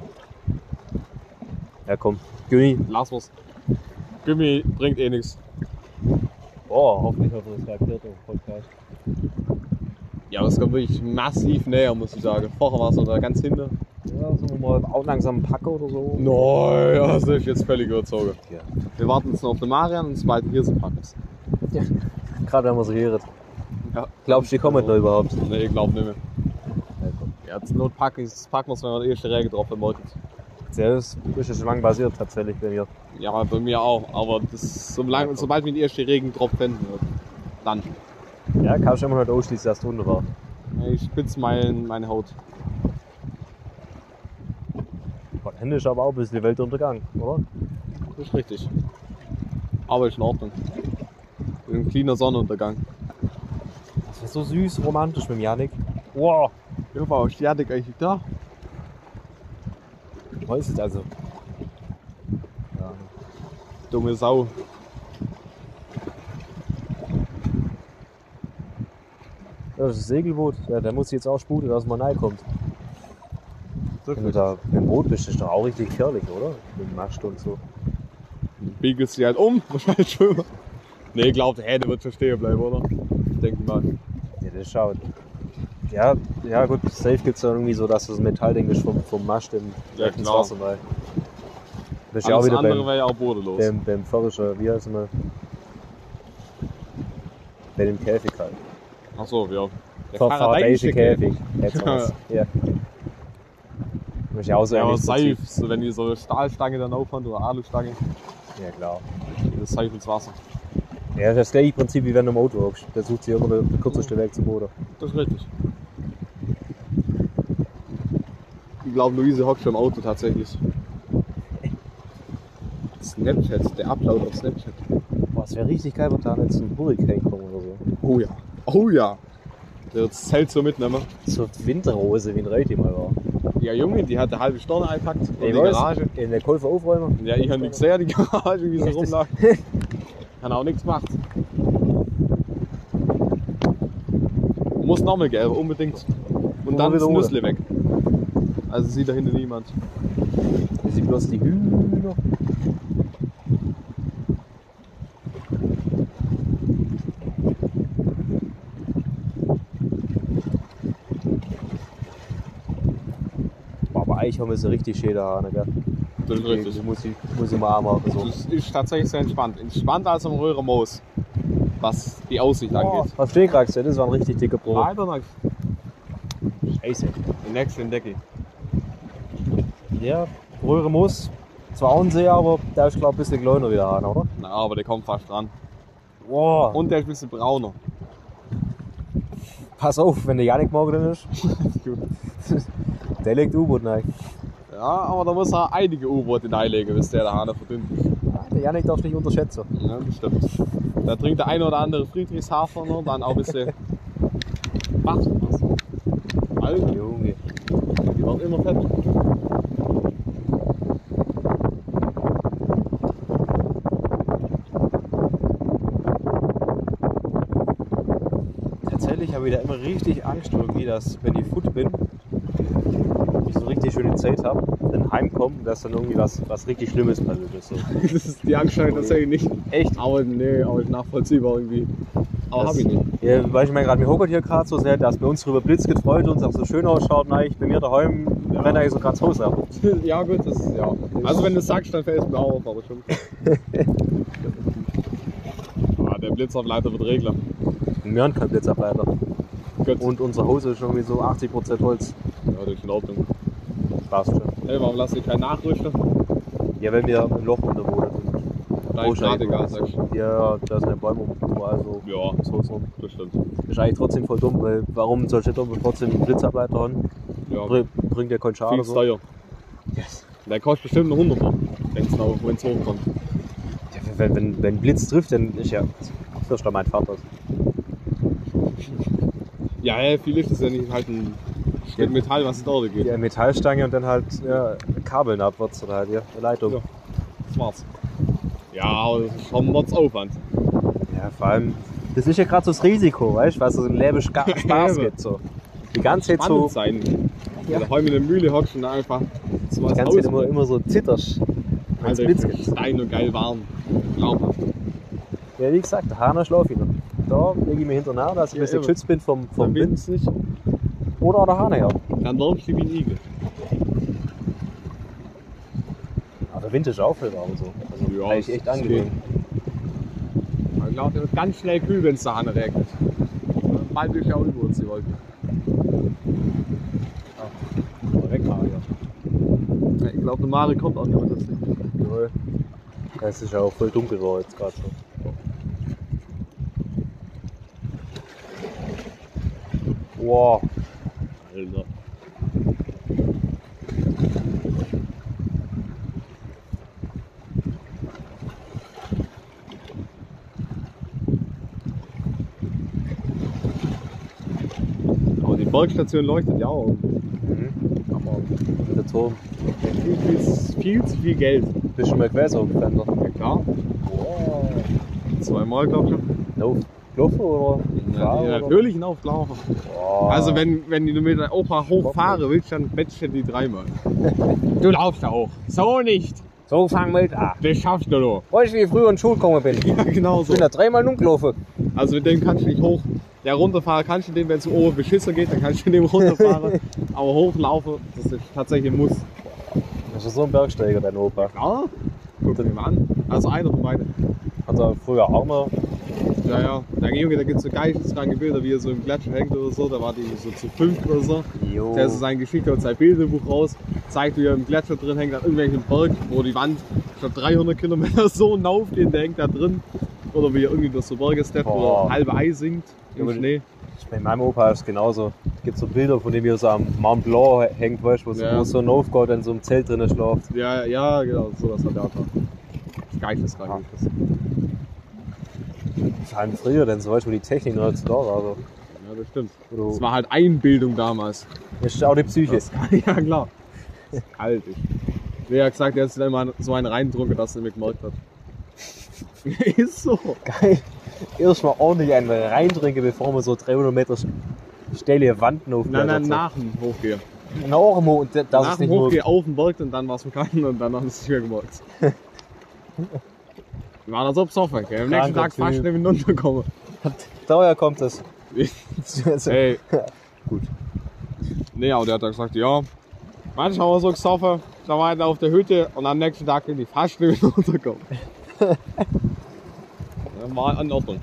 Speaker 1: Ja komm, Günni.
Speaker 2: Lass was. Gummi bringt eh nichts.
Speaker 1: Oh, hoffentlich hat er das erklärt im Podcast.
Speaker 2: Ja, aber es kommt wirklich massiv näher, muss ich sagen. Vorher war es noch da ganz hinten.
Speaker 1: Ja, sollen wir mal auch langsam packen oder so?
Speaker 2: Nein, ja, das ist jetzt völlig überzogen.
Speaker 1: Ja.
Speaker 2: Wir warten jetzt noch auf den Marian und sobald hier sind, packen wir's.
Speaker 1: Gerade wenn wir sie hören.
Speaker 2: Ja.
Speaker 1: Glaubst du, die kommen noch überhaupt?
Speaker 2: Nee, ich glaube nicht mehr.
Speaker 1: Ja, komm.
Speaker 2: Ja, zur Not packen wir es, wenn wir die erste Regen drauf haben.
Speaker 1: Ja, das ist ja schon lange basiert tatsächlich bei mir.
Speaker 2: Ja, bei mir auch. Aber das, sobald wir die erste Regen drauf finden, dann.
Speaker 1: Ja, kannst du immer nicht ausschließen, dass es drunter war.
Speaker 2: Ich spitze meine Haut.
Speaker 1: Von Ende ist aber auch ein bisschen die Weltuntergang, oder?
Speaker 2: Das ist richtig. Aber ist in Ordnung. Ein kleiner Sonnenuntergang.
Speaker 1: Das ist so süß, romantisch mit dem Janik. Wow!
Speaker 2: Ja, war Janik eigentlich da?
Speaker 1: Was ist also? Ja.
Speaker 2: Dumme Sau.
Speaker 1: Ja, das ist ein Segelboot. Ja, der muss jetzt auch sputen, dass man reinkommt. Wenn du da mit dem Boot bist, ist doch auch richtig gefährlich, oder? Mit dem Mast und so.
Speaker 2: Biegelst du halt um, wahrscheinlich schon. Nee, ich glaube, der wird schon stehen bleiben, oder? Denke ich mal.
Speaker 1: Ja, das schaut. Ja gut, safe gibt es dann irgendwie so, dass das Metallding ist vom Mast ins
Speaker 2: klar.
Speaker 1: Wasser, weil. Das ist ja auch
Speaker 2: Alles
Speaker 1: wieder
Speaker 2: andere wäre ja auch bodenlos.
Speaker 1: beim Fährischer, wie heißt es mal? Bei dem Käfig halt.
Speaker 2: Achso, ja. Der
Speaker 1: Faradayische Käfig. Jetzt war's. Ja. Das ist ja auch so
Speaker 2: Ja, aber
Speaker 1: ähnliches Prinzip.
Speaker 2: safe, so, wenn die so eine Stahlstange dann auffahren oder Alustange,
Speaker 1: Ja klar.
Speaker 2: das safe ins Wasser.
Speaker 1: Ja, das ist das gleiche Prinzip wie wenn du im Auto hockst. Der sucht sich immer den kürzesten Weg zum Boden.
Speaker 2: Das ist richtig. Ich glaube, Luise hockt schon im Auto tatsächlich. Snapchat, der Upload auf Snapchat.
Speaker 1: Boah, es wäre richtig geil, wenn da jetzt ein Hurricane kommt oder so.
Speaker 2: Oh ja. Oh ja. Der wird das Zelt so mitnehmen.
Speaker 1: So Winterhose, wie ein Reuti mal war.
Speaker 2: Ja, Junge, die hat eine halbe Stunde eingepackt. Und die
Speaker 1: Ich weiß,
Speaker 2: Garage.
Speaker 1: in der Käufer aufräumen.
Speaker 2: Ja, ich habe nichts gesehen, die Garage, wie sie
Speaker 1: Echt?
Speaker 2: rumlag. Hat auch nichts gemacht. Muss nochmal gell, unbedingt. Und dann das
Speaker 1: wieder
Speaker 2: Nüssli weg. Also sieht da hinten niemand.
Speaker 1: Ich sehe bloß die Hühner. Aber eigentlich haben wir so richtig schön da, ne, gell?
Speaker 2: Das ist richtig.
Speaker 1: Das muss ich mal anmachen. So.
Speaker 2: Das ist tatsächlich sehr entspannt. Entspannter als am Röhrer-Moos, was die Aussicht angeht.
Speaker 1: Auf Stehkrax, das war ein richtig dicker Brot.
Speaker 2: Leider nicht.
Speaker 1: Scheiße.
Speaker 2: Die nächste Entdecke.
Speaker 1: Ja, Röhre muss. Zwar auch ein See, aber der ist glaube ich ein bisschen kleiner wieder an, oder?
Speaker 2: Na, aber der kommt fast dran.
Speaker 1: Wow.
Speaker 2: Und der ist ein bisschen brauner.
Speaker 1: Pass auf, wenn der Janik morgen drin ist. Der legt U-Boot rein.
Speaker 2: Ja, aber da muss er einige U-Boote hineinlegen, bis der Hahn verdünnt ist.
Speaker 1: Ja, der Janik darfst du nicht unterschätzen.
Speaker 2: Ja, das stimmt. Da trinkt der eine oder andere Friedrichshafer noch, dann auch ein bisschen Wasser. Alter,
Speaker 1: Junge.
Speaker 2: die werden immer fetter.
Speaker 1: Tatsächlich habe ich da immer richtig Angst irgendwie, dass wenn ich fit bin, ich so eine richtig schöne Zeit habe, dann heimkomme, dass dann irgendwie was richtig Schlimmes passiert ist. So.
Speaker 2: Das ist die Angst tatsächlich nicht.
Speaker 1: Echt?
Speaker 2: Aber nee, aber ist nachvollziehbar irgendwie. Aber hab ich nicht.
Speaker 1: Ja, weil ich meine gerade, mir hockert hier gerade so sehr, dass bei uns drüber Blitz gefreut und es auch so schön ausschaut. Nein, bei mir daheim rennt eigentlich so gerade das Haus ab.
Speaker 2: Ja gut, das ist ja. Also wenn du es sagst, dann fällt es mir auch auf, aber schon. Der Blitzableiter wird Regler.
Speaker 1: Wir haben keinen Blitzableiter.
Speaker 2: Gut.
Speaker 1: Und unser Haus ist irgendwie so 80% Holz.
Speaker 2: Ja, das ist in Ordnung.
Speaker 1: Passt schon.
Speaker 2: Hey, warum lasst ihr keinen nachrüsten?
Speaker 1: Ja, wenn wir im Loch unter wohnen sind.
Speaker 2: Da ist gerade egal, sagst du.
Speaker 1: Ja, da sind ja Bäume überall so.
Speaker 2: Ja,
Speaker 1: So rum.
Speaker 2: das stimmt.
Speaker 1: Ist eigentlich trotzdem voll dumm, weil warum solche Dumme trotzdem einen Blitzableiter haben?
Speaker 2: Ja,
Speaker 1: Bringt ja keinen Schaden.
Speaker 2: viel
Speaker 1: So.
Speaker 2: teuer.
Speaker 1: Yes.
Speaker 2: Der kostet bestimmt noch 100er. Denkst du noch, wenn es hochkommt.
Speaker 1: Ja, wenn Blitz trifft, dann ist ja fürst mein Vater.
Speaker 2: Ja, viel ist es ja nicht halt ein Stück Metall, was es dort geht.
Speaker 1: Ja, Metallstange und dann halt ja, Kabeln abwärts oder halt ja, eine Leitung.
Speaker 2: Ja. Das war's. Ja, aber das ist schon Mordsaufwand.
Speaker 1: Ja, vor allem, das ist ja gerade so das Risiko, weißt du, was so ein Läbisch Spaß gibt. So. Die ganze Zeit
Speaker 2: Spannend
Speaker 1: so,
Speaker 2: sein.
Speaker 1: Ja.
Speaker 2: Wenn du heute in der Mühle hockst und einfach so
Speaker 1: die
Speaker 2: was
Speaker 1: ganze Zeit immer so zitterst, wenn es
Speaker 2: Alter,
Speaker 1: Blitz
Speaker 2: ich
Speaker 1: gibt.
Speaker 2: bin stein und geil warm. Glaubhaft.
Speaker 1: Ja, wie gesagt, der Hahner schlafe ich noch. Da lege ich mir hinterher, dass ich ein bisschen
Speaker 2: eben.
Speaker 1: geschützt bin vom
Speaker 2: Dann
Speaker 1: Wind.
Speaker 2: wind's nicht.
Speaker 1: Oder der Hahn her.
Speaker 2: Dann läufst du wie ein Igel.
Speaker 1: Aber der Wind ist auch viel warm so. Also
Speaker 2: Ja,
Speaker 1: eigentlich echt
Speaker 2: das
Speaker 1: angenehm.
Speaker 2: Ich glaube, der wird ganz schnell kühl, wenn es da Hanne regnet. Bald ist ja auch über uns die Wolken.
Speaker 1: Aber weg mal, ja.
Speaker 2: Ich glaube, der Mare kommt auch nicht mehr dazu.
Speaker 1: Jawohl. Es ist ja auch voll dunkel geworden jetzt gerade schon. Wow.
Speaker 2: Alter. Aber die Bergstation leuchtet ja auch.
Speaker 1: Aber der Turm.
Speaker 2: Viel zu viel Geld.
Speaker 1: Bist du schon mal gewesen auf dem Fender?
Speaker 2: Ja klar.
Speaker 1: Wow.
Speaker 2: 2-mal, glaube ich schon.
Speaker 1: No. Gelaufen oder?
Speaker 2: Ja, natürlich ein Auflaufen.
Speaker 1: Oh.
Speaker 2: Also wenn du mit der Opa hochfahren willst, dann batchst du die dreimal. Du laufst da hoch. So nicht.
Speaker 1: So fangen wir an.
Speaker 2: Das schaffst du doch.
Speaker 1: Weißt du, wie ich früher in die Schule gekommen bin?
Speaker 2: Ja, genau
Speaker 1: Ich
Speaker 2: so.
Speaker 1: bin da 3-mal umgelaufen.
Speaker 2: Also mit dem kannst du nicht hoch. Ja, runterfahren kannst du den, wenn es oben beschissen geht, dann kannst du den runterfahren. Aber hochlaufen, das ist tatsächlich ein Muss.
Speaker 1: Das ist so ein Bergsteiger, dein Opa.
Speaker 2: Klar. Guck dir mal an. Also einer von beiden.
Speaker 1: Hat er früher auch mal.
Speaker 2: Ja, ja. Der Junge, da gibt es so geisteskranke Bilder, wie er so im Gletscher hängt oder so. Da war die so zu 5 oder so.
Speaker 1: Jo.
Speaker 2: Der ist sein Geschichte und sein Bilderbuch raus. Zeigt, wie er im Gletscher drin hängt, an irgendwelchen Berg, wo die Wand, ich glaube 300 Kilometer so hinaufgeht, der hängt da drin. Oder wie er irgendwie durch so Berge steppt, wo er halbe Eis sinkt im Schnee.
Speaker 1: Bei meinem Opa ist es genauso. Es gibt so Bilder, von dem er so am Mont Blanc hängt, weißt, wo so ein Aufgott in so einem Zelt drin schläft.
Speaker 2: Ja, ja, genau, so das hat er auch. Das geisteskrank ist das.
Speaker 1: Vor allem früher, denn so weißt, wo die Technik noch nicht da war. Also.
Speaker 2: Ja, das stimmt. Das war halt Einbildung damals.
Speaker 1: Das ist auch die Psyche.
Speaker 2: Ja, klar. Das ist kalt. Wer hat gesagt, er hat mal so einen reindrunken, dass er nicht gemerkt hat. Ist so.
Speaker 1: Geil. Erstmal ordentlich einen reintrinken, bevor man so 300 Meter steile Wanden aufklettert.
Speaker 2: Nein, nach dem Hochgehen.
Speaker 1: Nach dem Hochgehen.
Speaker 2: Nach dem Hochgehen auf den Berg und dann war es verkannt und dann haben sie es nicht mehr gemerkt. Wir waren also besoffen, gell? Am nächsten Tag fast nicht hinuntergekommen.
Speaker 1: Daher kommt es.
Speaker 2: Hey.
Speaker 1: Gut.
Speaker 2: Nee, aber der hat dann gesagt, ja, manchmal haben wir so gesoffen, da war einer auf der Hütte und am nächsten Tag bin ich fast nicht hinuntergekommen. Ja, war in Ordnung.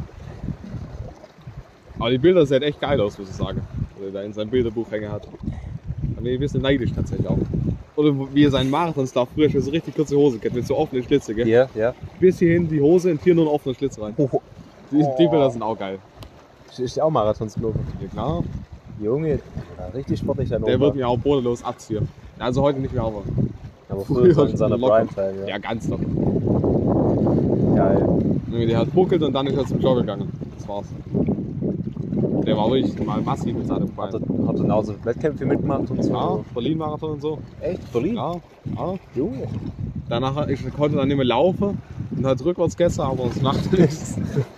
Speaker 2: Aber die Bilder sehen echt geil aus, muss ich sagen. Was er da in seinem Bilderbuch hängen hat. Da bin ich ein bisschen neidisch tatsächlich auch. Oder wie er seinen Marathonslauf früher schon so richtig kurze Hose kennt, mit so offenen Schlitze, gell?
Speaker 1: Ja, ja.
Speaker 2: Bis hierhin die Hose und hier nur ein offener Schlitz rein. Die Bilder sind auch geil.
Speaker 1: Ist ja auch Marathons gelaufen.
Speaker 2: Ja klar.
Speaker 1: Junge, ja, richtig sportlich.
Speaker 2: Der wird mir auch bodenlos abziehen. Also heute nicht mehr, aber
Speaker 1: früher so in seiner Prime-Time, ja.
Speaker 2: Ja, ganz locker.
Speaker 1: Geil.
Speaker 2: Der hat buckelt und dann ist er zum Joggen gegangen. Das war's. Der war wirklich mal massiv mit seinem Bein.
Speaker 1: Hat er genauso Wettkämpfe mitgemacht und so?
Speaker 2: Ja, Berlin-Marathon und so.
Speaker 1: Echt? Berlin?
Speaker 2: Ja, ja.
Speaker 1: Junge.
Speaker 2: Danach konnte er dann nicht mehr laufen und hat rückwärts gegessen, aber es macht nichts.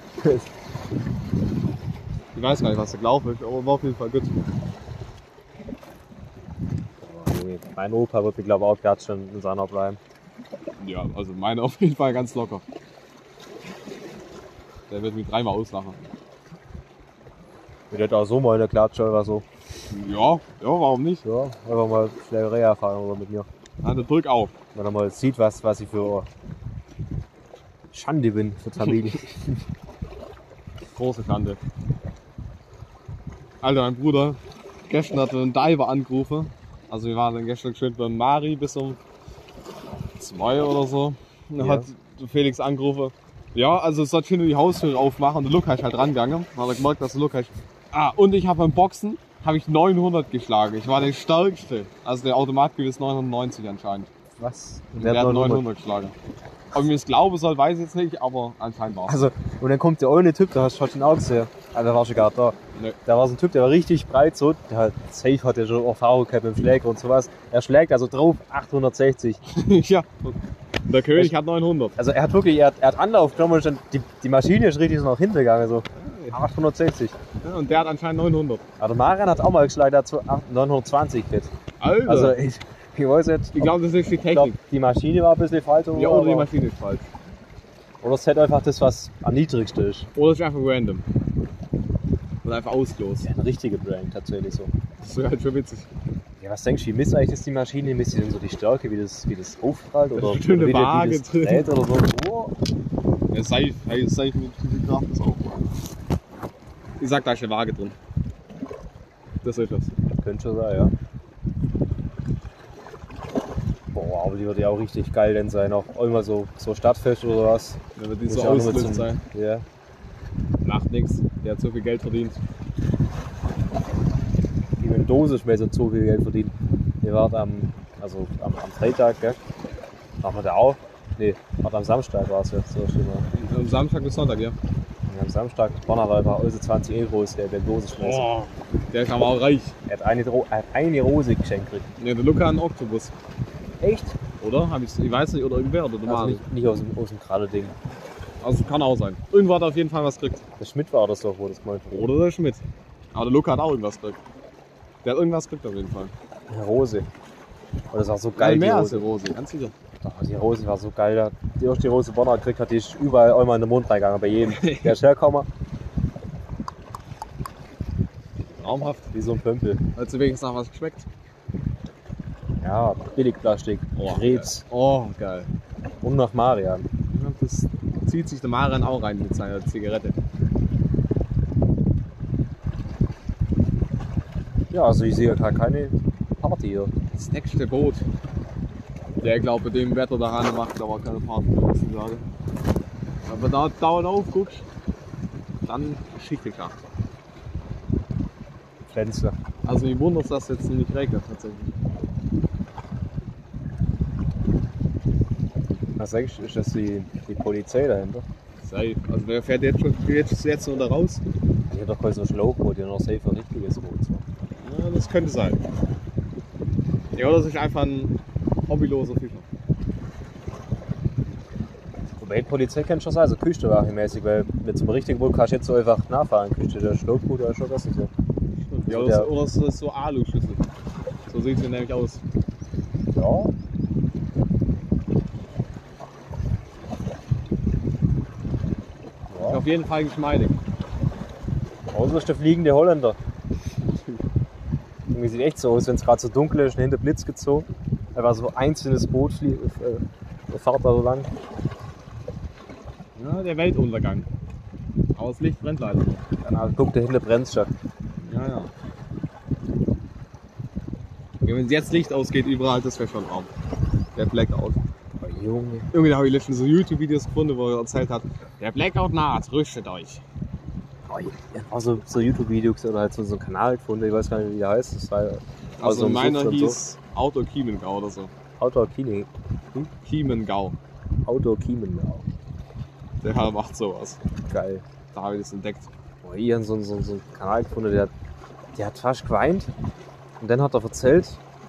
Speaker 2: Ich weiß gar nicht, was der gelaufen ist, aber war auf jeden Fall gut.
Speaker 1: Mein Opa wird, glaube ich, auch gerade schon in seiner bleiben.
Speaker 2: Ja, also meine auf jeden Fall ganz locker. Der wird mich 3-mal auslachen.
Speaker 1: Ich hätte auch so mal in der Klatsche oder so.
Speaker 2: Ja, warum nicht?
Speaker 1: Ja, einfach mal Schlägerei-Erfahrung oder mit mir.
Speaker 2: Ja, der drückt auf.
Speaker 1: Wenn er mal sieht, was ich für Schande bin für die Familie.
Speaker 2: Große Schande. Alter, mein Bruder, gestern hat einen Diver angerufen. Also wir waren dann gestern schön beim Mari bis um 2 oder so. Und dann hat Felix angerufen. Ja, also es soll schön die Haustür aufmachen und der Lukas ist halt rangegangen. Dann hat er gemerkt, dass der Lukas... und ich habe beim Boxen habe ich 900 geschlagen. Ich war der Stärkste. Also der Automatgewicht ist 990 anscheinend.
Speaker 1: Was?
Speaker 2: Und der hat 900 geschlagen. Ob ich mir das glauben soll, weiß ich jetzt nicht, aber anscheinend war es.
Speaker 1: Also, und dann kommt der eine Typ, da hast du schon auch gesehen. Also, der war schon gar da.
Speaker 2: Nee.
Speaker 1: Da war so ein Typ, der war richtig breit so. Der hat safe hat ja schon Erfahrung gehabt mit dem Schläger und sowas. Er schlägt also drauf 860.
Speaker 2: Ja, der König hat 900.
Speaker 1: Also er hat wirklich, er hat Anlauf genommen und die Maschine ist richtig so nach hinten gegangen. So 860.
Speaker 2: Ja, und der hat anscheinend 900.
Speaker 1: Aber der Marian hat auch mal geschlagen, der hat 920 jetzt.
Speaker 2: Alter!
Speaker 1: Also ich weiß jetzt.
Speaker 2: Ich glaube, das ist die
Speaker 1: Ich glaube,
Speaker 2: Technik.
Speaker 1: die Maschine war ein bisschen falsch.
Speaker 2: Ja, oder die Maschine ist falsch.
Speaker 1: Oder es hätte einfach das, was am niedrigsten ist.
Speaker 2: Oder es ist einfach random. Oder einfach auslos.
Speaker 1: Ja, ein richtiger Brand tatsächlich so.
Speaker 2: Das wäre halt schon witzig.
Speaker 1: Ja, was denkst du, wie misst eigentlich das die Maschine? Misst die denn so die Stärke, wie das aufprallt? Oder,
Speaker 2: eine schöne
Speaker 1: oder wie
Speaker 2: Waage
Speaker 1: das
Speaker 2: drin.
Speaker 1: dreht oder so? Oh.
Speaker 2: Ja, safe mit viel Kraft ist auch. Ich sag, da ist eine Waage drin. Das ist das.
Speaker 1: Könnte schon sein, ja. Boah, aber die wird ja auch richtig geil denn sein. Auch immer so Stadtfest oder was.
Speaker 2: Dann wird die
Speaker 1: Muss
Speaker 2: so
Speaker 1: ich auch noch mit
Speaker 2: auslöst sein.
Speaker 1: Ja.
Speaker 2: Macht nix. Der hat so viel Geld verdient.
Speaker 1: Die mit Dose schmeißt und so viel Geld verdient. Wir waren am Freitag, gell? Machen wir da auch? Nee, am Samstag war es jetzt. So
Speaker 2: Am Samstag bis Sonntag, ja.
Speaker 1: Und am Samstag waren wir einfach 20 € ist der Dose schmeißt.
Speaker 2: Oh, der ist aber auch reich.
Speaker 1: Er hat eine Rose geschenkt gekriegt.
Speaker 2: Ja, der Luca hat einen Oktopus.
Speaker 1: Echt?
Speaker 2: Oder? Ich weiß nicht, oder irgendwer, oder
Speaker 1: Also
Speaker 2: normal.
Speaker 1: nicht aus dem Kralle-Ding.
Speaker 2: Also kann auch sein. Irgendwo hat er auf jeden Fall was gekriegt.
Speaker 1: Der Schmidt war das doch, wo das gemeint wurde.
Speaker 2: Oder der Schmidt. Aber der Luca hat auch irgendwas gekriegt. Der hat irgendwas gekriegt auf jeden Fall.
Speaker 1: Eine Rose. Und das war so geil,
Speaker 2: Mehr
Speaker 1: die
Speaker 2: als die
Speaker 1: Rose.
Speaker 2: Rose, ganz sicher.
Speaker 1: Oh, die Rose war so geil. Die erste Rose Bonner gekriegt hat, die ist überall einmal in den Mund reingegangen. Bei jedem. Der ist hergekommen.
Speaker 2: Traumhaft.
Speaker 1: Wie so ein Pömpel.
Speaker 2: Hat sie wenigstens nach was geschmeckt?
Speaker 1: Ja, Billigplastik. Krebs.
Speaker 2: Geil. Oh, geil.
Speaker 1: Und nach Marian.
Speaker 2: Das zieht sich der Marian auch rein mit seiner Zigarette.
Speaker 1: Ja, also ich sehe gar keine Party hier.
Speaker 2: Das nächste Boot. Der glaubt, bei dem Wetter da rein macht aber keine Party, muss ich sagen. Aber da dauernd aufguckst, dann Geschichte gemacht.
Speaker 1: Pflänzle.
Speaker 2: Also mich wundert, dass es jetzt nicht regnet tatsächlich.
Speaker 1: Was denkst du, ist das die Polizei dahinter?
Speaker 2: Safe. Also wer fährt jetzt noch da raus?
Speaker 1: Ich habe doch kein so Schlauchboot, die noch safe ein richtiges Boot.
Speaker 2: Ja, das könnte sein. Ja, oder es ist einfach ein hobbyloser Fischer.
Speaker 1: Wobei die Polizei kennt schon sein, also Küstenwache-mäßig, weil mit so einem richtigen Boot kannst du jetzt so einfach nachfahren. Küste der Schlauchboot oder schon das nicht so.
Speaker 2: Ja,
Speaker 1: Also
Speaker 2: oder es ist so Aluschüssel. So sieht sie nämlich aus.
Speaker 1: Ja.
Speaker 2: Ist auf jeden Fall geschmeidig.
Speaker 1: Außer ist der fliegende Holländer. Irgendwie sieht echt so aus, wenn es gerade so dunkel ist und hinter Blitz gezogen. Einfach so ein einzelnes Boot fährt da so lang.
Speaker 2: Ja, der Weltuntergang. Aber das Licht brennt leider noch.
Speaker 1: Dann guckt der hinter Brennstoff.
Speaker 2: Ja, ja. Wenn jetzt Licht ausgeht überall, das wäre schon Raum. Der Blackout.
Speaker 1: Oh, Junge.
Speaker 2: Irgendwie habe ich letztens so YouTube-Videos gefunden, wo er erzählt hat, der Blackout naht, rüstet euch.
Speaker 1: Oh, ich habe so YouTube-Videos oder halt so einen Kanal gefunden, ich weiß gar nicht, wie der heißt. Das war
Speaker 2: Also
Speaker 1: im
Speaker 2: meiner
Speaker 1: Suff und
Speaker 2: hieß Outdoor Chiemengau oder so.
Speaker 1: So. Outdoor Kini.
Speaker 2: Chiemengau.
Speaker 1: Outdoor Chiemengau.
Speaker 2: Der macht sowas.
Speaker 1: Geil.
Speaker 2: Da habe ich das entdeckt.
Speaker 1: Oh, ich habe so einen Kanal gefunden, der hat fast geweint. Und dann hat er erzählt,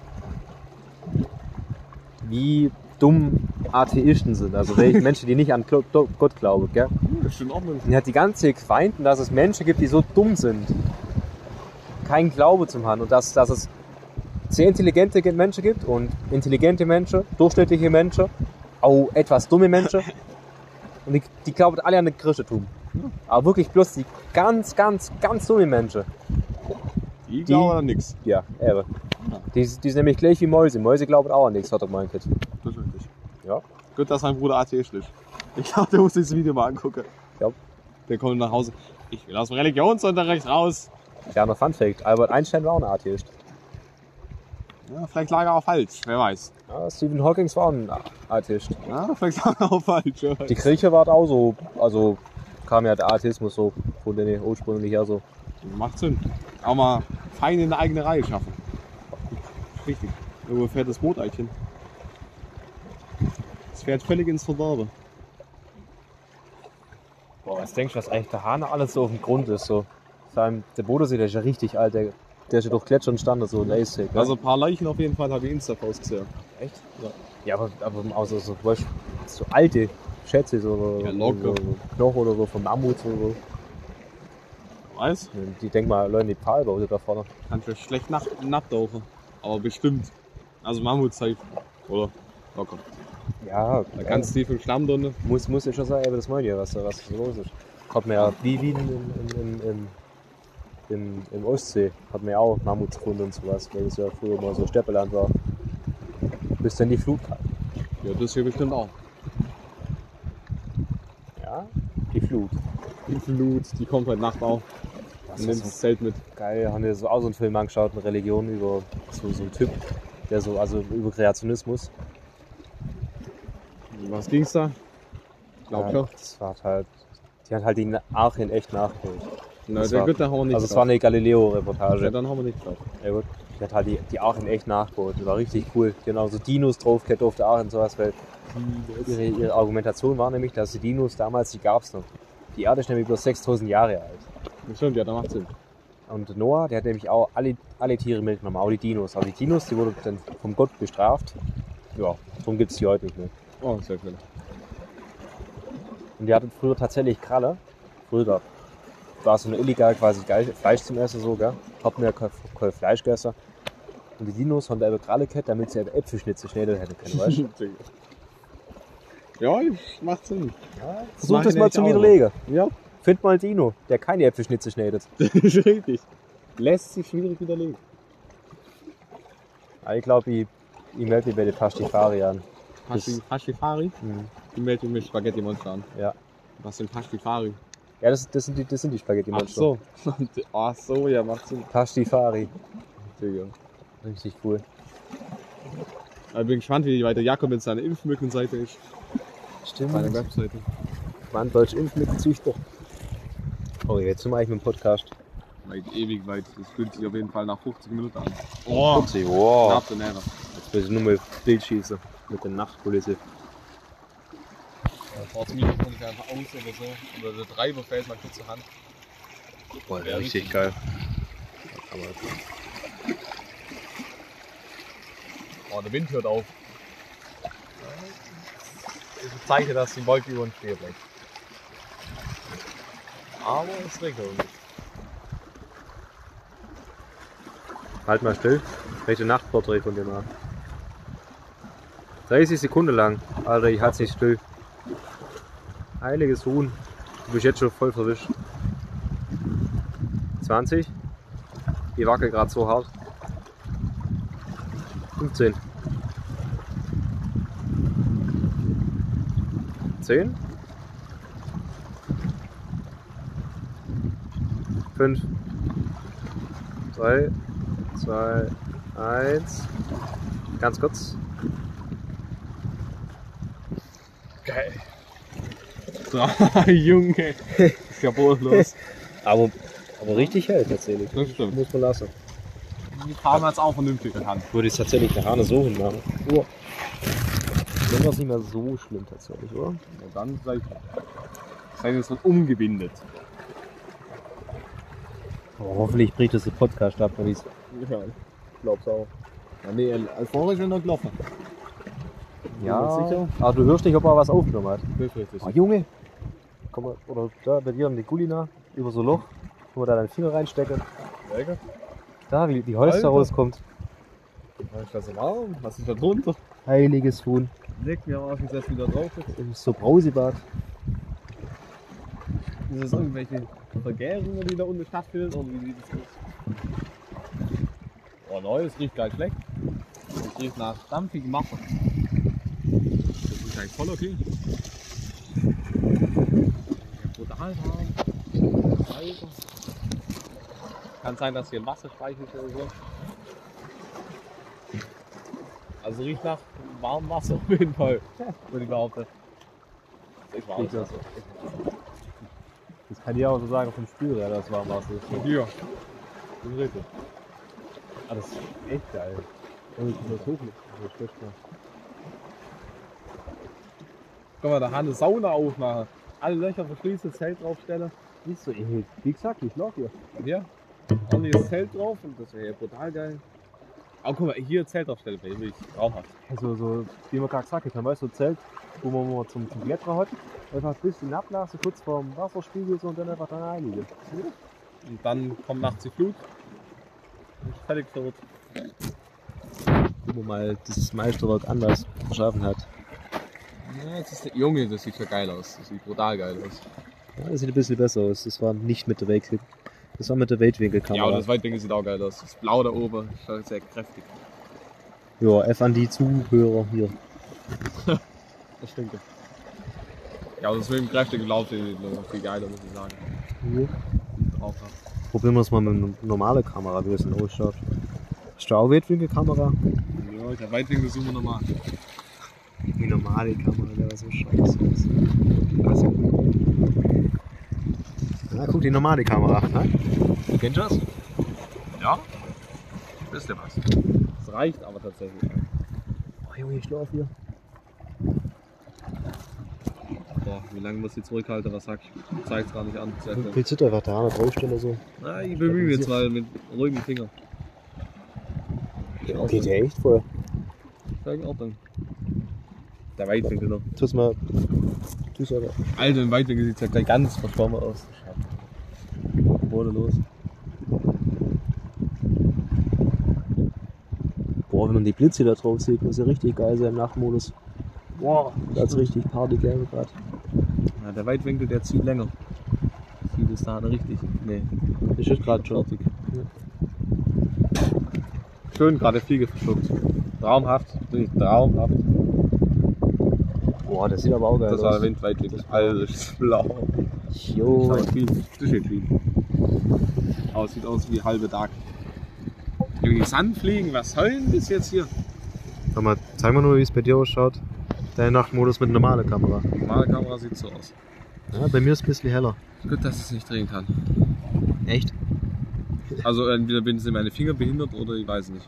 Speaker 1: wie dumm Atheisten sind. Also welche Menschen, die nicht an Gott glauben. Gell?
Speaker 2: Das stimmt auch nicht.
Speaker 1: Und er hat die ganze Zeit geweint, dass es Menschen gibt, die so dumm sind. Kein Glaube zum haben. Und dass es sehr intelligente Menschen gibt und intelligente Menschen, durchschnittliche Menschen, auch etwas dumme Menschen. Und die glauben alle an das Christentum. Aber wirklich bloß die ganz dumme Menschen.
Speaker 2: Die glauben an nichts.
Speaker 1: Ja, eben. Die sind nämlich gleich wie Mäuse. Mäuse glauben auch an nichts, hat er gemeint.
Speaker 2: Das ist richtig.
Speaker 1: Ja.
Speaker 2: Gut, dass mein Bruder Atheist ist. Ich glaube, der muss sich das Video mal angucken.
Speaker 1: Ja.
Speaker 2: Der kommt nach Hause. Ich will aus dem Religionsunterricht raus.
Speaker 1: Kleiner Funfact, Albert Einstein war auch ein Atheist.
Speaker 2: Ja, vielleicht lag er auch falsch, wer weiß.
Speaker 1: Ja, Stephen Hawking war auch ein Atheist.
Speaker 2: Ja, vielleicht lag er auch falsch. Wer weiß.
Speaker 1: Die Kirche war auch so, also kam ja der Atheismus so von den ursprünglich her so.
Speaker 2: Macht Sinn. Auch mal fein in eine eigene Reihe schaffen. Richtig. Irgendwo fährt das Boot eigentlich hin. Es fährt völlig ins Verderbe.
Speaker 1: Boah, was denkst du, was eigentlich der Hahn alles so auf dem Grund ist? So. Vor allem der Bodensee, der ist ja richtig alt, der ist ja durch Gletscher entstanden, so ein Eiszeit. Ne?
Speaker 2: Also ein paar Leichen auf jeden Fall habe ich Insta-Post gesehen.
Speaker 1: Echt? Ja, aber außer so, so alte Schätze, so,
Speaker 2: Ja, locker.
Speaker 1: so Knochen oder so von Mammuts oder so.
Speaker 2: Weiß?
Speaker 1: Die denken mal, Leute, die Pfahlbaute da vorne.
Speaker 2: Kannst du schlecht nachtauchen. Aber bestimmt. Also Mammutzeit. Oder? Locker.
Speaker 1: Ja,
Speaker 2: Da kannst du tief im Schlamm drin.
Speaker 1: muss ja schon sagen, aber das meine ich, was so los ist. Hat man ja, wie im Ostsee, hat man ja auch Mammuts gefunden und sowas, weil es ja früher mal so Steppeland war. Bis dann die Flut kam.
Speaker 2: Ja, das hier bestimmt auch.
Speaker 1: Ja, die Flut.
Speaker 2: Die Flut, die kommt heute Nacht auch.
Speaker 1: Das
Speaker 2: Und nimmt
Speaker 1: ist
Speaker 2: das Zelt mit.
Speaker 1: geil, haben wir so auch so einen Film angeschaut, eine Religion über so einen Typ, der so, also über Kreationismus.
Speaker 2: Was ging's da? Glaub schon.
Speaker 1: Das war halt, die hat halt die Arche in echt nachgeholt.
Speaker 2: Na,
Speaker 1: Das
Speaker 2: der
Speaker 1: war-
Speaker 2: Gott, da haben wir nicht.
Speaker 1: Also es war eine Galileo-Reportage.
Speaker 2: Ja, dann haben wir nicht drauf.
Speaker 1: Ja gut, die hat halt die Arche in echt nachgeholt. Das war richtig cool. Die haben auch so Dinos draufgehabt auf der Arche und sowas, weil ihre Argumentation war nämlich, dass die Dinos damals, die gab es noch. Die Erde ist nämlich bloß 6000 Jahre alt.
Speaker 2: Das stimmt, ja, da macht Sinn.
Speaker 1: Und Noah, der hat nämlich auch alle Tiere mitgenommen, auch die Dinos. Aber die Dinos, die wurden dann vom Gott bestraft. Ja, darum gibt es die heute nicht mehr.
Speaker 2: Oh, sehr schön.
Speaker 1: Und die hatten früher tatsächlich Kralle. Früher war so eine illegal quasi geil Fleisch zum Essen so, gell? Hat mir kein Fleisch gegessen. Und die Dinos haben da eben Kralle gehabt, damit sie eben Äpfelschnitze schneiden hätten können, weißt du?
Speaker 2: Ja, macht Sinn.
Speaker 1: Ja, versuch das mal zu widerlegen.
Speaker 2: Ja,
Speaker 1: Find mal einen Dino, der keine Äpfelschnitze schneidet.
Speaker 2: das ist richtig. Lässt sich schwierig widerlegen.
Speaker 1: Aber ich glaube, ich melde mich bei den Pastifari an.
Speaker 2: Pastifari?
Speaker 1: Mhm.
Speaker 2: Ich melde mich Spaghetti Monster an.
Speaker 1: Ja.
Speaker 2: Was sind Pastifari?
Speaker 1: Ja, das sind die Spaghetti
Speaker 2: Ach
Speaker 1: Monster.
Speaker 2: so. Ach so, ja, macht Sinn.
Speaker 1: Pastifari.
Speaker 2: Entschuldigung.
Speaker 1: Richtig cool.
Speaker 2: Ich bin gespannt, wie weit der Jakob mit seiner Impfmückenseite ist.
Speaker 1: Stimmt.
Speaker 2: Seine Webseite.
Speaker 1: Mann, deutsche Impfmittelzüchter. Oh, jetzt sind wir eigentlich mit dem Podcast.
Speaker 2: Ewig weit. Das fühlt sich auf jeden Fall nach 50 Minuten an.
Speaker 1: Oh, wow.
Speaker 2: Knapp danach.
Speaker 1: Jetzt muss ich nur mal Bild schießen mit der Nachtkulisse.
Speaker 2: Vor das Mikrofon ist einfach aus oder so. Oder der Treiber fällt mal kurz zur Hand.
Speaker 1: Boah, der richtig geil.
Speaker 2: Oh, der Wind hört auf. Das ist ein Zeichen, dass die Wolke über uns stehen bleibt. Aber es regnet nicht.
Speaker 1: Halt mal still. Welche Nachtporträt von dir mal. 30 Sekunden lang. Alter, ich halte nicht still. Heiliges Huhn. Du bist jetzt schon voll verwischt. 20. Ich wackel gerade so hart. 15. 10. 5. 3. 2. 1. Ganz kurz.
Speaker 2: Geil. Junge. Ist ja bodenlos.
Speaker 1: Aber richtig hell tatsächlich.
Speaker 2: Das stimmt.
Speaker 1: Muss man lassen.
Speaker 2: Die fahren jetzt auch vernünftig in Hand.
Speaker 1: Würde ich tatsächlich der Hahn so hinmachen. Oh. Dann war es nicht mehr so schlimm tatsächlich, oder?
Speaker 2: Und dann seid ihr so umgewindet.
Speaker 1: Oh, hoffentlich bricht das der Podcast ab, wenn ich
Speaker 2: Ja, ich glaub's auch. Ja, nee, als vorher schon noch gelaufen.
Speaker 1: ja,
Speaker 2: sicher?
Speaker 1: aber du hörst nicht, ob er was aufgenommen hat.
Speaker 2: Das ist richtig.
Speaker 1: Oh, Junge! Komm mal, oder da bei dir in die Gulina, über so ein Loch, wo man da deinen Finger reinstecken.
Speaker 2: Lecker.
Speaker 1: Da, wie die Holz da
Speaker 2: Alter.
Speaker 1: rauskommt.
Speaker 2: Ist das so warm? Was ist da drunter?
Speaker 1: Heiliges Huhn.
Speaker 2: Leg mir auf, wie das wieder drauf ist.
Speaker 1: Das ist so Brausebad.
Speaker 2: Ist das irgendwelche Vergärungen, die da unten stattfinden? Oder wie sieht das aus? Oh neu, es riecht gar nicht schlecht. Es riecht nach dampfigem Wasser. Das ist eigentlich voll okay. Brutal warm. Alter. Kann sein, dass hier ein Wasserspeicher ist oder so. Also riecht nach warmem Wasser auf jeden Fall, würde ich behaupten. Ich war
Speaker 1: Das kann ich auch so sagen vom Spüler, das war was.
Speaker 2: Hier. Das ist richtig.
Speaker 1: Ah, das ist echt geil.
Speaker 2: Können wir da eine Sauna aufmachen? Alle Löcher verschließen, das Zelt draufstellen.
Speaker 1: Nicht so ähnlich. Wie gesagt, ich lag hier.
Speaker 2: Hier, ordentliches Zelt drauf und das wäre ja brutal geil. Aber guck mal, hier Zelt draufstellen, weil ich Raum hat.
Speaker 1: Also so, wie man gerade gesagt hat, weißt du, so ein Zelt, wo man mal zum Kletterer hat, einfach ein bisschen ablassen, kurz vorm Wasserspiegel so, und dann einfach da reinliegen.
Speaker 2: Und dann kommt nachts die Flut und fertig wird.
Speaker 1: Gucken wir mal dieses Meisterwerk anders geschaffen hat.
Speaker 2: Ja, das ist der Junge, das sieht ja geil aus. Das sieht brutal geil aus.
Speaker 1: Ja, das sieht ein bisschen besser aus. Das war nicht mit der Weitwinkel. Das war mit der Weitwinkelkamera.
Speaker 2: Ja, und das Weitwinkel sieht auch geil aus. Das Blau da oben ist halt sehr kräftig.
Speaker 1: Ja, F an die Zuhörer hier.
Speaker 2: Das stimmt. Ja, und das mit dem kräftigen Blau sieht noch viel geiler, muss ich sagen.
Speaker 1: Ja.
Speaker 2: Drauf.
Speaker 1: Probieren wir es mal mit einer normalen Kamera, wie das denn ausschaut. Hast du auch Weitwinkelkamera?
Speaker 2: Ja, der Weitwinkel suchen wir nochmal.
Speaker 1: Die normale Kamera, der war so scheiße aus. Also, na, guck die normale Kamera. Ne? Kennst du das?
Speaker 2: Ja? Wisst ihr was? Das reicht aber tatsächlich.
Speaker 1: Oh Junge, ich schlafe hier.
Speaker 2: Boah, wie lange muss ich zurückhalten? Was sag ich? Zeig's gar nicht an.
Speaker 1: Willst du da einfach da draufstellen oder so?
Speaker 2: Na, ich bemühe mich jetzt mal mit ruhigen Fingern.
Speaker 1: Geht ja echt voll.
Speaker 2: Sag in Ordnung. Der Weitwinkel noch.
Speaker 1: Tu's mal Du sogar.
Speaker 2: Alter, im Weitwinkel sieht es ja gleich ganz verschwommen aus. Bodenlos.
Speaker 1: Boah, wenn man die Blitze da drauf sieht, muss ja richtig geil sein im Nachtmodus.
Speaker 2: Boah.
Speaker 1: Da ist richtig Party-Game gerade.
Speaker 2: Ja, der Weitwinkel, der zieht länger. Sieht es da richtig? Nee.
Speaker 1: Das ist gerade schon. Ja.
Speaker 2: Schön gerade Fliege verschluckt. Traumhaft. Wirklich traumhaft.
Speaker 1: Boah, das sieht aber auch geil
Speaker 2: Das
Speaker 1: aus.
Speaker 2: war der Windweitwinkel. Alles blau.
Speaker 1: Jo.
Speaker 2: Das steht clean. Aber es sieht aus wie halbe Tag. Die Sandfliegen, was soll denn das jetzt hier?
Speaker 1: Sag mal, zeig mal nur, wie es bei dir ausschaut. Dein Nachtmodus mit normaler Kamera.
Speaker 2: Normale Kamera sieht so aus.
Speaker 1: Ja, bei mir ist es ein bisschen heller.
Speaker 2: Gut, dass ich es nicht drehen kann.
Speaker 1: Echt?
Speaker 2: Also entweder bin ich meine Finger behindert oder ich weiß nicht.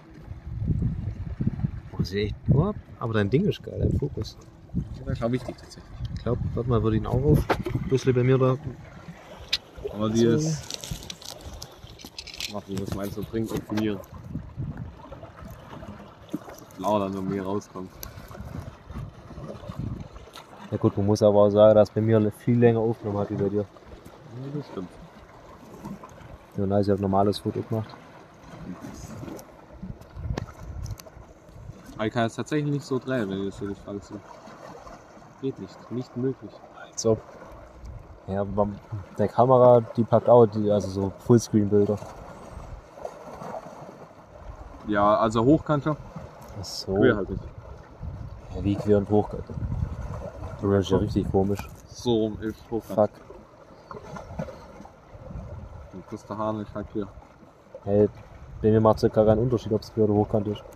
Speaker 1: Boah, das ist echt. Oh, aber dein Ding ist geil, dein Fokus.
Speaker 2: Das ist auch wichtig tatsächlich.
Speaker 1: Ich glaube, warte mal, würde ich ihn auch auf. Ein bisschen bei mir da.
Speaker 2: Aber die ist. Warte, was meinst du, dringend optimieren? Blau dann noch mehr rauskommt.
Speaker 1: Ja gut, man muss aber auch sagen, dass bei mir viel länger aufgenommen hat wie bei dir.
Speaker 2: Ja, das stimmt.
Speaker 1: Ja, nice, ich habe normales Foto gemacht.
Speaker 2: Aber ich kann es tatsächlich nicht so drehen, wenn ich das so nicht falsch sehe. Geht nicht möglich.
Speaker 1: So. Ja, aber der Kamera, die packt auch also so Fullscreen-Bilder.
Speaker 2: Ja, also hochkant schon.
Speaker 1: Ach so.
Speaker 2: Quer halt nicht.
Speaker 1: Ja, wie quer und hoch. Das ist ja richtig komisch.
Speaker 2: So rum ist hochkant.
Speaker 1: Fuck.
Speaker 2: Und das der Hahn ist halt quer.
Speaker 1: Hey, bei mir macht es ja gar keinen Unterschied, ob es quer oder hochkant ist.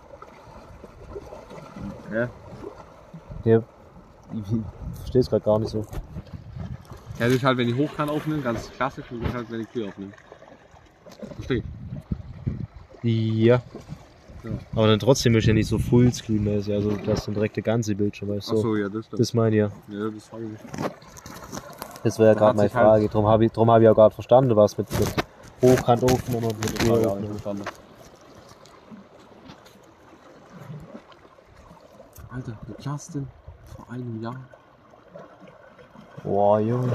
Speaker 2: Ja.
Speaker 1: Ja, ich verstehe es gerade gar nicht so.
Speaker 2: Ja, das ist halt, wenn ich hochkant aufnehme, ganz klassisch, und das ist halt, wenn ich quer aufnehme. Verstehe.
Speaker 1: Ja.
Speaker 2: Ja.
Speaker 1: Aber dann trotzdem ist ja nicht so Fullscreen-mäßig, also das ist dann direkt der ganze Bildschirm, weißt du?
Speaker 2: Achso, ja, das stimmt.
Speaker 1: Das meine ich ja.
Speaker 2: Ja, das frage ich mich.
Speaker 1: Das wäre ja
Speaker 2: Da
Speaker 1: gerade
Speaker 2: hat
Speaker 1: meine
Speaker 2: sich halt-
Speaker 1: Frage. Darum habe ich auch gerade verstanden, was mit hochkant aufnehmen und mit
Speaker 2: Das habe ich
Speaker 1: quer
Speaker 2: auch nicht
Speaker 1: aufnehmen.
Speaker 2: verstanden. Alter, mit Justin vor einem Jahr.
Speaker 1: Boah, Junge.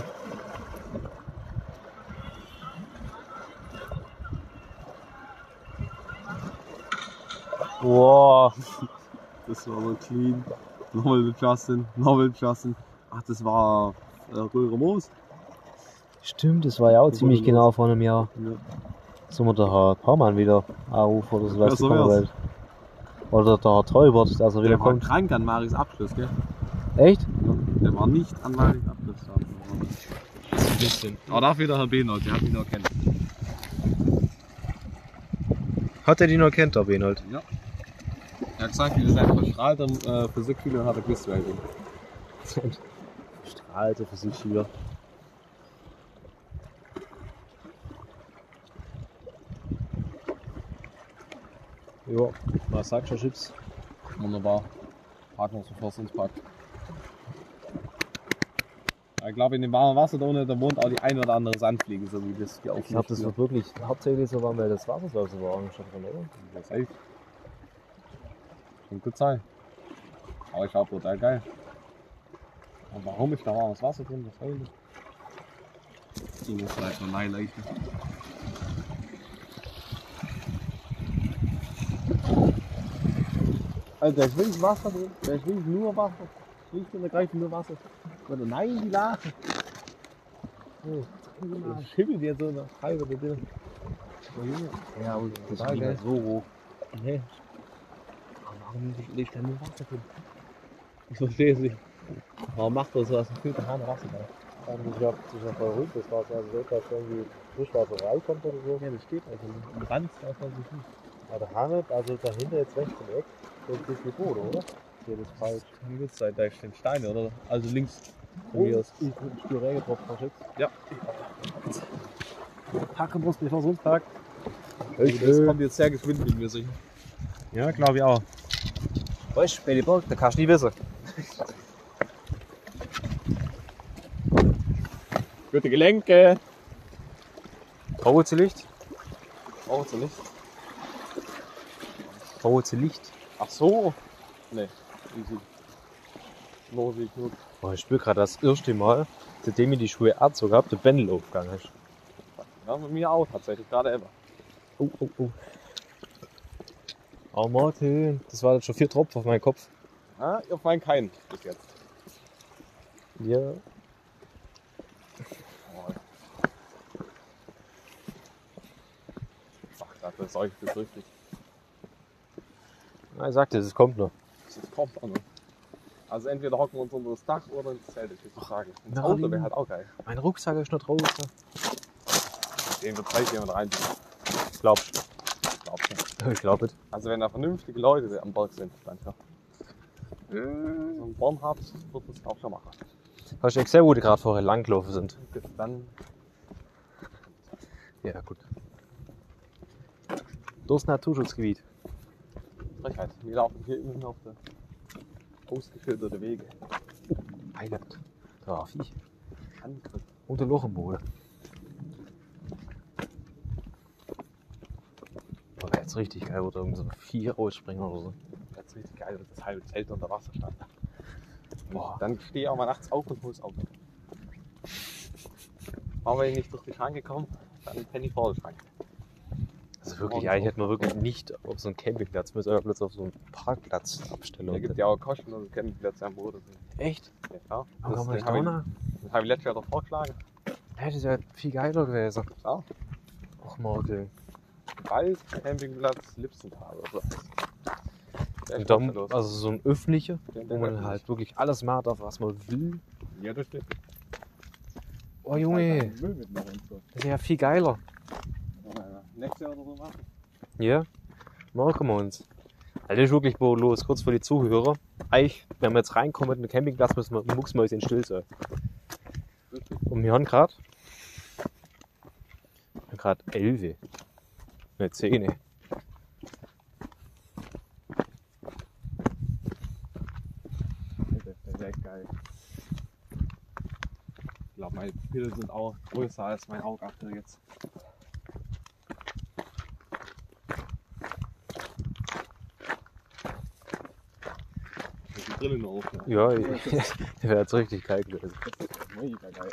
Speaker 1: Boah.
Speaker 2: Das war wohl clean. Nochmal mit Justin. Ach, das war Röhre Moos.
Speaker 1: Stimmt, das war ja auch
Speaker 2: Wo
Speaker 1: ziemlich
Speaker 2: war
Speaker 1: genau vor einem Jahr.
Speaker 2: Ja.
Speaker 1: Sollen wir der Herr Paumann wieder anrufen oder so,
Speaker 2: Ja,
Speaker 1: was
Speaker 2: so
Speaker 1: die
Speaker 2: wär's.
Speaker 1: Kamera Oder der Herr Teubert, dass er wieder
Speaker 2: Der war
Speaker 1: kommt.
Speaker 2: krank an Maris Abschluss, gell?
Speaker 1: Echt?
Speaker 2: Ja. Der war nicht an Maris Abschluss da.
Speaker 1: Ein bisschen.
Speaker 2: Aber dafür der Herr Benold, der hat ihn noch kennt.
Speaker 1: Hat er die noch kennt, der Benold?
Speaker 2: Ja. Er hat gesagt, wir sind verstrahlter Physikschüler und hat er gewusst, wer ich bin.
Speaker 1: Strahlte Physikschüler. Ja, was sagst du, Chips?
Speaker 2: Wunderbar. Parken wir sofort ins Park. Ich glaube, in dem warmen Wasser da unten, da wohnt auch die ein oder andere Sandfliege, so wie das hier
Speaker 1: Ich glaube, das wird wirklich hauptsächlich so warm, weil das Wasser so warm ist, oder?
Speaker 2: Das ist echt. Kann gut sein. Aber ich glaube, total geil. Und warum ist da warmes Wasser drin? Was soll das? Ich muss vielleicht noch reinleuchten. Also, da ist wirklich Wasser drin. Da ist wirklich nur Wasser. Schlicht und ergreifend nur Wasser. Oder nein, die Lache. Oh, das schimmelt jetzt so nach Scheibe da drin. Oh, Junge.
Speaker 1: Ja, aber das ist
Speaker 2: Total
Speaker 1: nicht
Speaker 2: geil.
Speaker 1: mehr so hoch.
Speaker 2: Nee. Aber warum liegt da nur Wasser drin? Ich verstehe es nicht. Warum macht er so, als füllt der Hahn Wasser da?
Speaker 1: Ich glaube, das ist ja voll ruhig, das Wasser. Also, dass irgendwie Frischwasser reinkommt oder so.
Speaker 2: Ja, das steht also nicht. Im Rand weiß man sich nicht.
Speaker 1: Ja, der Hahn, also dahinter jetzt rechts im Eck, das ist die Boden, oder? Hier, das ist falsch.
Speaker 2: Kann gut sein, da stehen Steine, oder? Also links von mir aus.
Speaker 1: Ich spüre Regentropfen, verschützt.
Speaker 2: Ja. Packen muss, bevor es uns packt.
Speaker 1: Ich
Speaker 2: Das kommt jetzt sehr geschwind, bin mir sicher.
Speaker 1: Ja, glaube ich auch. Weißt du, bei der Burg, da kannst du nie wissen.
Speaker 2: Gute Gelenke.
Speaker 1: Braucht sie Licht?
Speaker 2: Braucht sie nicht.
Speaker 1: Braucht sie Licht?
Speaker 2: Ach so. Ne, easy. No, wie gut.
Speaker 1: Boah, ich spüre gerade das erste Mal, seitdem ich die Schuhe angezogen habe, der Bändel aufgegangen ist.
Speaker 2: Ja, bei mir auch tatsächlich, gerade ever.
Speaker 1: Oh. Oh Martin, das war jetzt schon 4 Tropfen auf meinen Kopf.
Speaker 2: Ja, auf meinen keinen bis jetzt.
Speaker 1: Ja.
Speaker 2: Ach, das ist euch das richtig.
Speaker 1: Na, ich sagte, es kommt noch.
Speaker 2: Das kommt an. Also entweder hocken wir uns unter das Dach oder ins Zelt, ist die Frage. Ins
Speaker 1: Nein.
Speaker 2: Auto wäre halt auch geil.
Speaker 1: Mein Rucksack ist noch draußen.
Speaker 2: Den wird Zeit jemand rein.
Speaker 1: Glaubst
Speaker 2: Glaubst du?
Speaker 1: du? Ich glaube es.
Speaker 2: Also wenn da vernünftige Leute am Berg sind, dann ja. So ein Bornhardt wird das auch schon machen.
Speaker 1: Hast du gesehen, wo die gerade vorher langgelaufen sind?
Speaker 2: Dann
Speaker 1: Ja, gut. Das Naturschutzgebiet.
Speaker 2: Frechheit. Wir laufen hier immerhin auf der ausgeschilderte Wege.
Speaker 1: Heiland. Da war Viech.
Speaker 2: Angriff.
Speaker 1: Und ein Loch im Boden. Boah, wäre jetzt richtig geil, wo da irgend so ein Vieh rausspringen oder so.
Speaker 2: Das ist richtig geil, dass das halbe Zelt unter Wasser stand.
Speaker 1: Boah.
Speaker 2: Dann stehe ich auch mal nachts auf und hol's Auto. Waren wir nicht durch die Schranke gekommen, dann penne ich vor der Schranke.
Speaker 1: Also wirklich, eigentlich hätten wir wirklich nicht auf so einen Campingplatz, müssen wir plötzlich auf so einen Parkplatz abstellen.
Speaker 2: Da gibt ja auch kostenlose Campingplätze am Boden.
Speaker 1: Echt?
Speaker 2: Ja, klar.
Speaker 1: Aber kann man
Speaker 2: den
Speaker 1: nicht auch noch?
Speaker 2: Das habe ich letztes Jahr doch vorgeschlagen.
Speaker 1: Ja, das wäre viel geiler gewesen.
Speaker 2: Ja.
Speaker 1: Och, Martin.
Speaker 2: Wald, Campingplatz, Lipsental oder so. Der ist
Speaker 1: Da,
Speaker 2: kostenlos.
Speaker 1: also so ein öffentlicher,
Speaker 2: Der
Speaker 1: wo man
Speaker 2: öffentlich.
Speaker 1: halt wirklich alles machen darf, was man will.
Speaker 2: Ja, das stimmt.
Speaker 1: Oh Junge,
Speaker 2: Müll mitmachen und so.
Speaker 1: das ist ja viel geiler.
Speaker 2: Nächstes Jahr oder so machen.
Speaker 1: Ja, merken wir uns. Also das ist wirklich bodenlos, kurz vor die Zuhörer. Eigentlich, wenn wir jetzt reinkommen in den Campingplatz, müssen wir mucksmäuschen still sein. Und wir haben gerade 11. Nicht 10.
Speaker 2: Das ist echt geil. Ich glaube, meine Pupillen sind auch größer als mein Augapfel jetzt. Die Brille nur auf.
Speaker 1: Ja, das wäre jetzt richtig geil gewesen.
Speaker 2: Mega geil.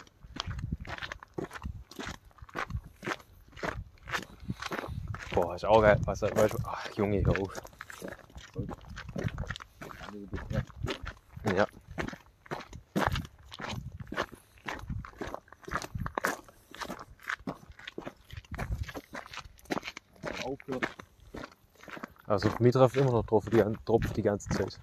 Speaker 1: Boah, ist auch geil. Weißt du, ach Junge, hör auf. Ja.
Speaker 2: Aufgehört.
Speaker 1: Also mir trifft immer noch drauf, tropft die ganze Zeit.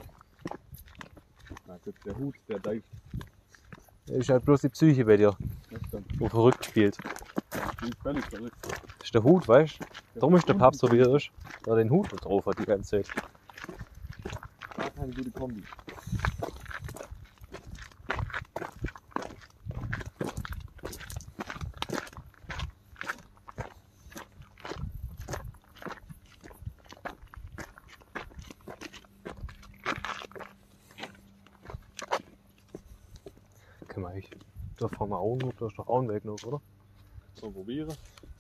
Speaker 2: Da gibt der Hut, der deicht.
Speaker 1: Ist halt bloß die Psyche bei dir,
Speaker 2: Das stimmt.
Speaker 1: wo verrückt spielt.
Speaker 2: Die ist völlig verrückt.
Speaker 1: Das ist der Hut, weißt du? Darum ist der Papst so wie er ist, da er den Hut drauf hat die ganze Zeit.
Speaker 2: Gar keine gute Kombi.
Speaker 1: Kann man eigentlich. Da fahren wir auch noch, da ist doch auch ein Weg noch, oder?
Speaker 2: So, probiere.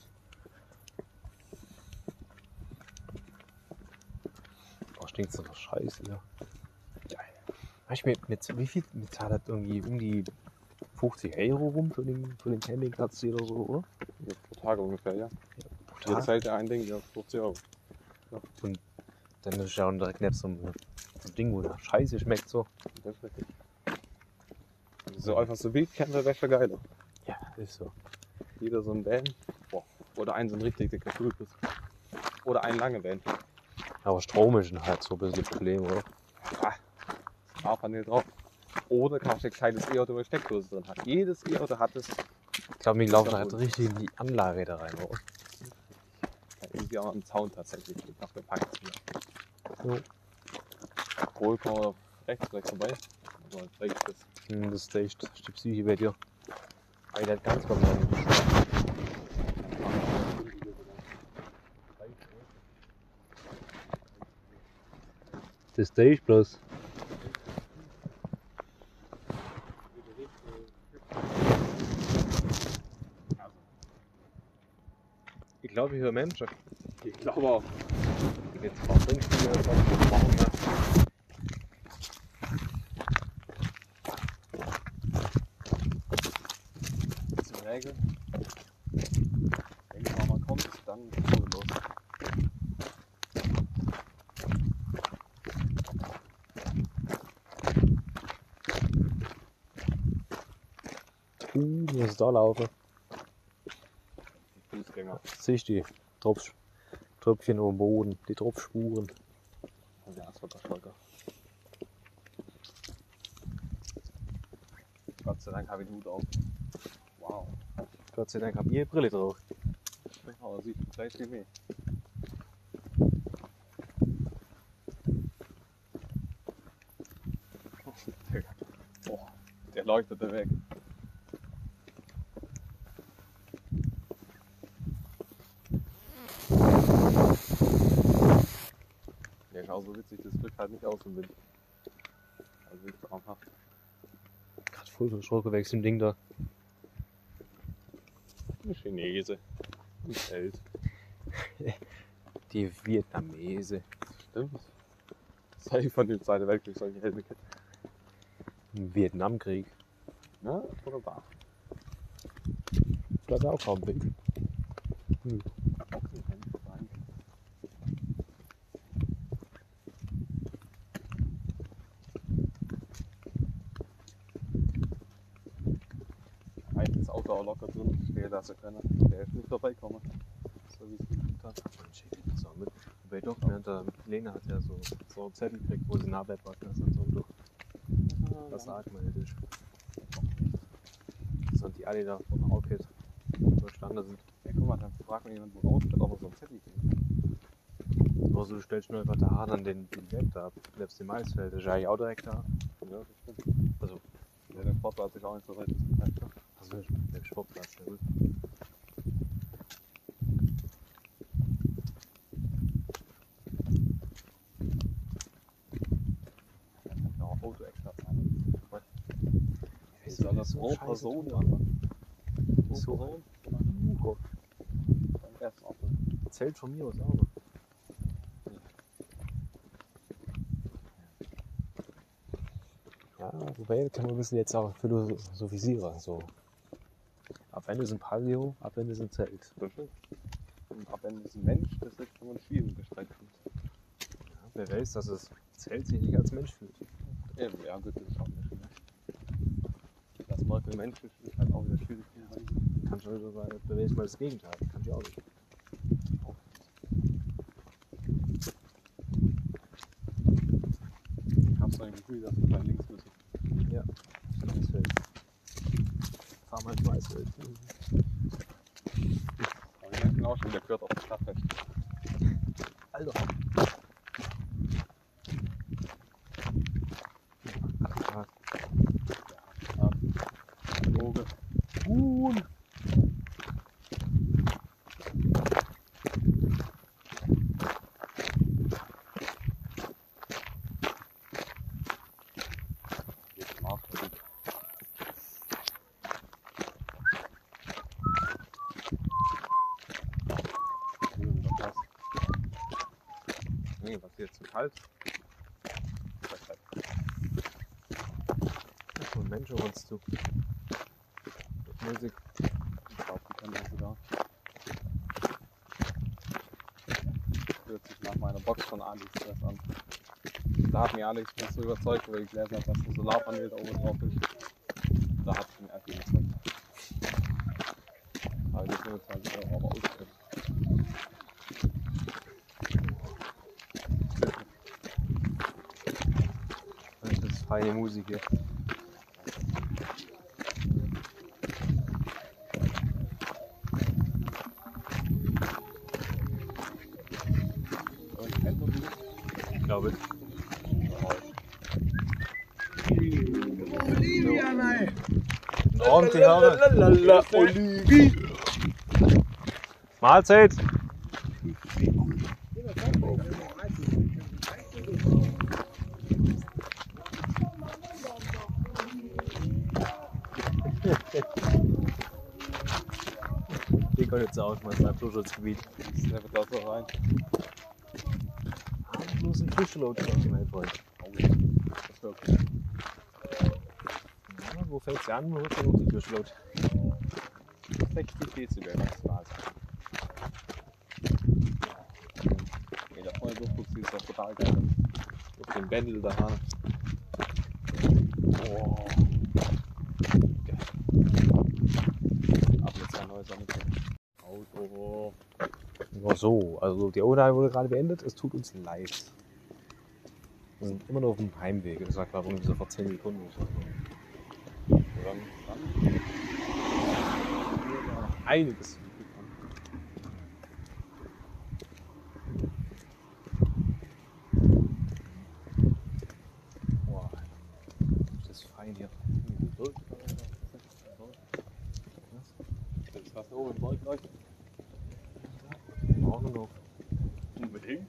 Speaker 1: Boah, stinkt so nach Scheiße, ja. Geil. Weißt du, mit wie viel? Mit zahlt das irgendwie um die 50 Euro rum für den Campingplatz hier oder so, oder?
Speaker 2: Ja, pro Tag ungefähr, ja.
Speaker 1: Total.
Speaker 2: Jetzt zählt der ein Ding, ja, 50 Euro.
Speaker 1: Und dann ist ja auch direkt neben so ein Ding, wo der Scheiße schmeckt so.
Speaker 2: Das ist richtig. So einfach so Wildcamper wäre schon geiler.
Speaker 1: Ja, ist so.
Speaker 2: Jeder so ein Van. Boah. Oder ein so ein richtig dicker Schulbus. Oder ein lange Van.
Speaker 1: Aber Strom ist halt so ein bisschen das Problem, oder?
Speaker 2: Ja, Sparpanel drauf. Oder kannst du ein kleines E-Auto, wo eine Steckdose drin hat. Jedes E-Auto hat es.
Speaker 1: Ich glaube, wir laufen halt richtig in die Anlage da rein, oder?
Speaker 2: Irgendwie auch am Zaun tatsächlich. Steht noch gepackt.
Speaker 1: Jo.
Speaker 2: Kohl kann man rechts gleich vorbei. Also rechts ist.
Speaker 1: Das ist echt die Psyche bei dir. Weil das ganz normal ist. Das ist bloß. Ich glaube, ich höre Menschen.
Speaker 2: Ich glaube auch.
Speaker 1: Jetzt braucht es nicht mehr, was wir brauchen. muss da laufen.
Speaker 2: Die Fußgänger.
Speaker 1: Siehst du die Tröpfchen auf dem Boden, die Tropfspuren.
Speaker 2: Und der Asphaltverfolger. Gott sei Dank habe ich den Hut auf. Wow.
Speaker 1: Gott sei Dank habe ich eine Brille drauf.
Speaker 2: Aber sieht gleich wie mehr. Boah, der leuchtet da weg. Ja, genau so witzig, das drückt halt nicht aus im Wind. Also wirklich traumhaft.
Speaker 1: Gerade voll verschrocken weg dem Ding da.
Speaker 2: Eine Chinese. Ein Feld.
Speaker 1: Die Vietnamese.
Speaker 2: Stimmt. Das habe ich von dem Zweiten Weltkrieg solche Helme kennt.
Speaker 1: Im Vietnamkrieg.
Speaker 2: Ja, oder da.
Speaker 1: Das ist auch kaum Wind.
Speaker 2: Das Auto auch locker drin stehen lassen können. Der ist nicht vorbeikommen. So wie es gefühlt hat.
Speaker 1: Wobei doch, der Lena hat ja so einen Zettel gekriegt, wo sie nachwärts lassen und so. Doch. Das sagt man nicht. Und die alle da von Outfit verstanden sind.
Speaker 2: Ja, guck mal, dann fragt man jemanden, wo rausfährt, ob er so ein Zettel kriegt.
Speaker 1: Also du stellst nur einfach da Hahn an den Welt da ab. Selbst dem Maisfeld, das ist eigentlich auch direkt da.
Speaker 2: Ja, das stimmt.
Speaker 1: Also,
Speaker 2: ja, der Sportplatz ist auch nicht so weit.
Speaker 1: also der Sportplatz, ja gut.
Speaker 2: Auto extra zahlen. Ist das alles pro Person? Pro
Speaker 1: So.
Speaker 2: Person? Beim ersten Auto.
Speaker 1: Zelt von mir aus auch. Ja, wobei kann man ein bisschen jetzt auch philosophisieren. So. Ab wenn ist ein Palio, ab wenn ist ein Zelt.
Speaker 2: Das stimmt. Und ab wenn es ein Mensch, das ist schon ein Schienen gestreckt.
Speaker 1: Ja, wer weiß, dass das Zelt sich nicht als Mensch fühlt.
Speaker 2: Eben, ja gut, das ist auch nicht. Das Merkel Mensch ist halt auch wieder schwierig.
Speaker 1: Kann schon so sein, beweist mal das Gegenteil. Kann ich auch nicht.
Speaker 2: Ich habe so ein Gefühl, dass wir gleich links müssen.
Speaker 1: Ja, Maisfeld. Fahr mal ins Maisfeld.
Speaker 2: Aber ich merke auch schon, der gehört auf das Stadtfest.
Speaker 1: Alter.
Speaker 2: Droge.
Speaker 1: Huhn.
Speaker 2: Jetzt Marsch versucht. Nee, was ist jetzt zu kalt?
Speaker 1: Da kommen Menschen auf uns zu. Musik.
Speaker 2: Ich glaube, die können das sogar. Hört sich nach meiner Box von AliExpress an. Da hat mir Alex nicht so überzeugt, weil ich gelesen habe, dass ein Solarpanel da oben drauf ist. Da hat ich mir einfach überzeugt. Aber die 25 Euro aber ausgegeben.
Speaker 1: Das ist feine Musik hier. Ich glaube. Ein ordentlicher Mahlzeit. Die kommt jetzt aus meinem Naturschutzgebiet.
Speaker 2: Der wird da so rein.
Speaker 1: Aber bloß ein Fischlot, mein Freund.
Speaker 2: Das wird okay.
Speaker 1: Ja, wo fängt's an? Wo ist denn noch die Fischlot?
Speaker 2: 60 Dezibel maximal. Nee, der volle Luftdruck ist doch total geil. Auf den Bändel da haben. Oh. Geil. Oh.
Speaker 1: Nur so. Also die Aufnahme wurde gerade beendet. Es tut uns leid. Wir sind immer noch auf dem Heimweg. Das war gerade irgendwie so vor 10 Sekunden. Einiges. Boah. Das ist fein hier.
Speaker 2: Das hast du oben im Berg gleich.
Speaker 1: Auch nur noch.
Speaker 2: Unbedingt.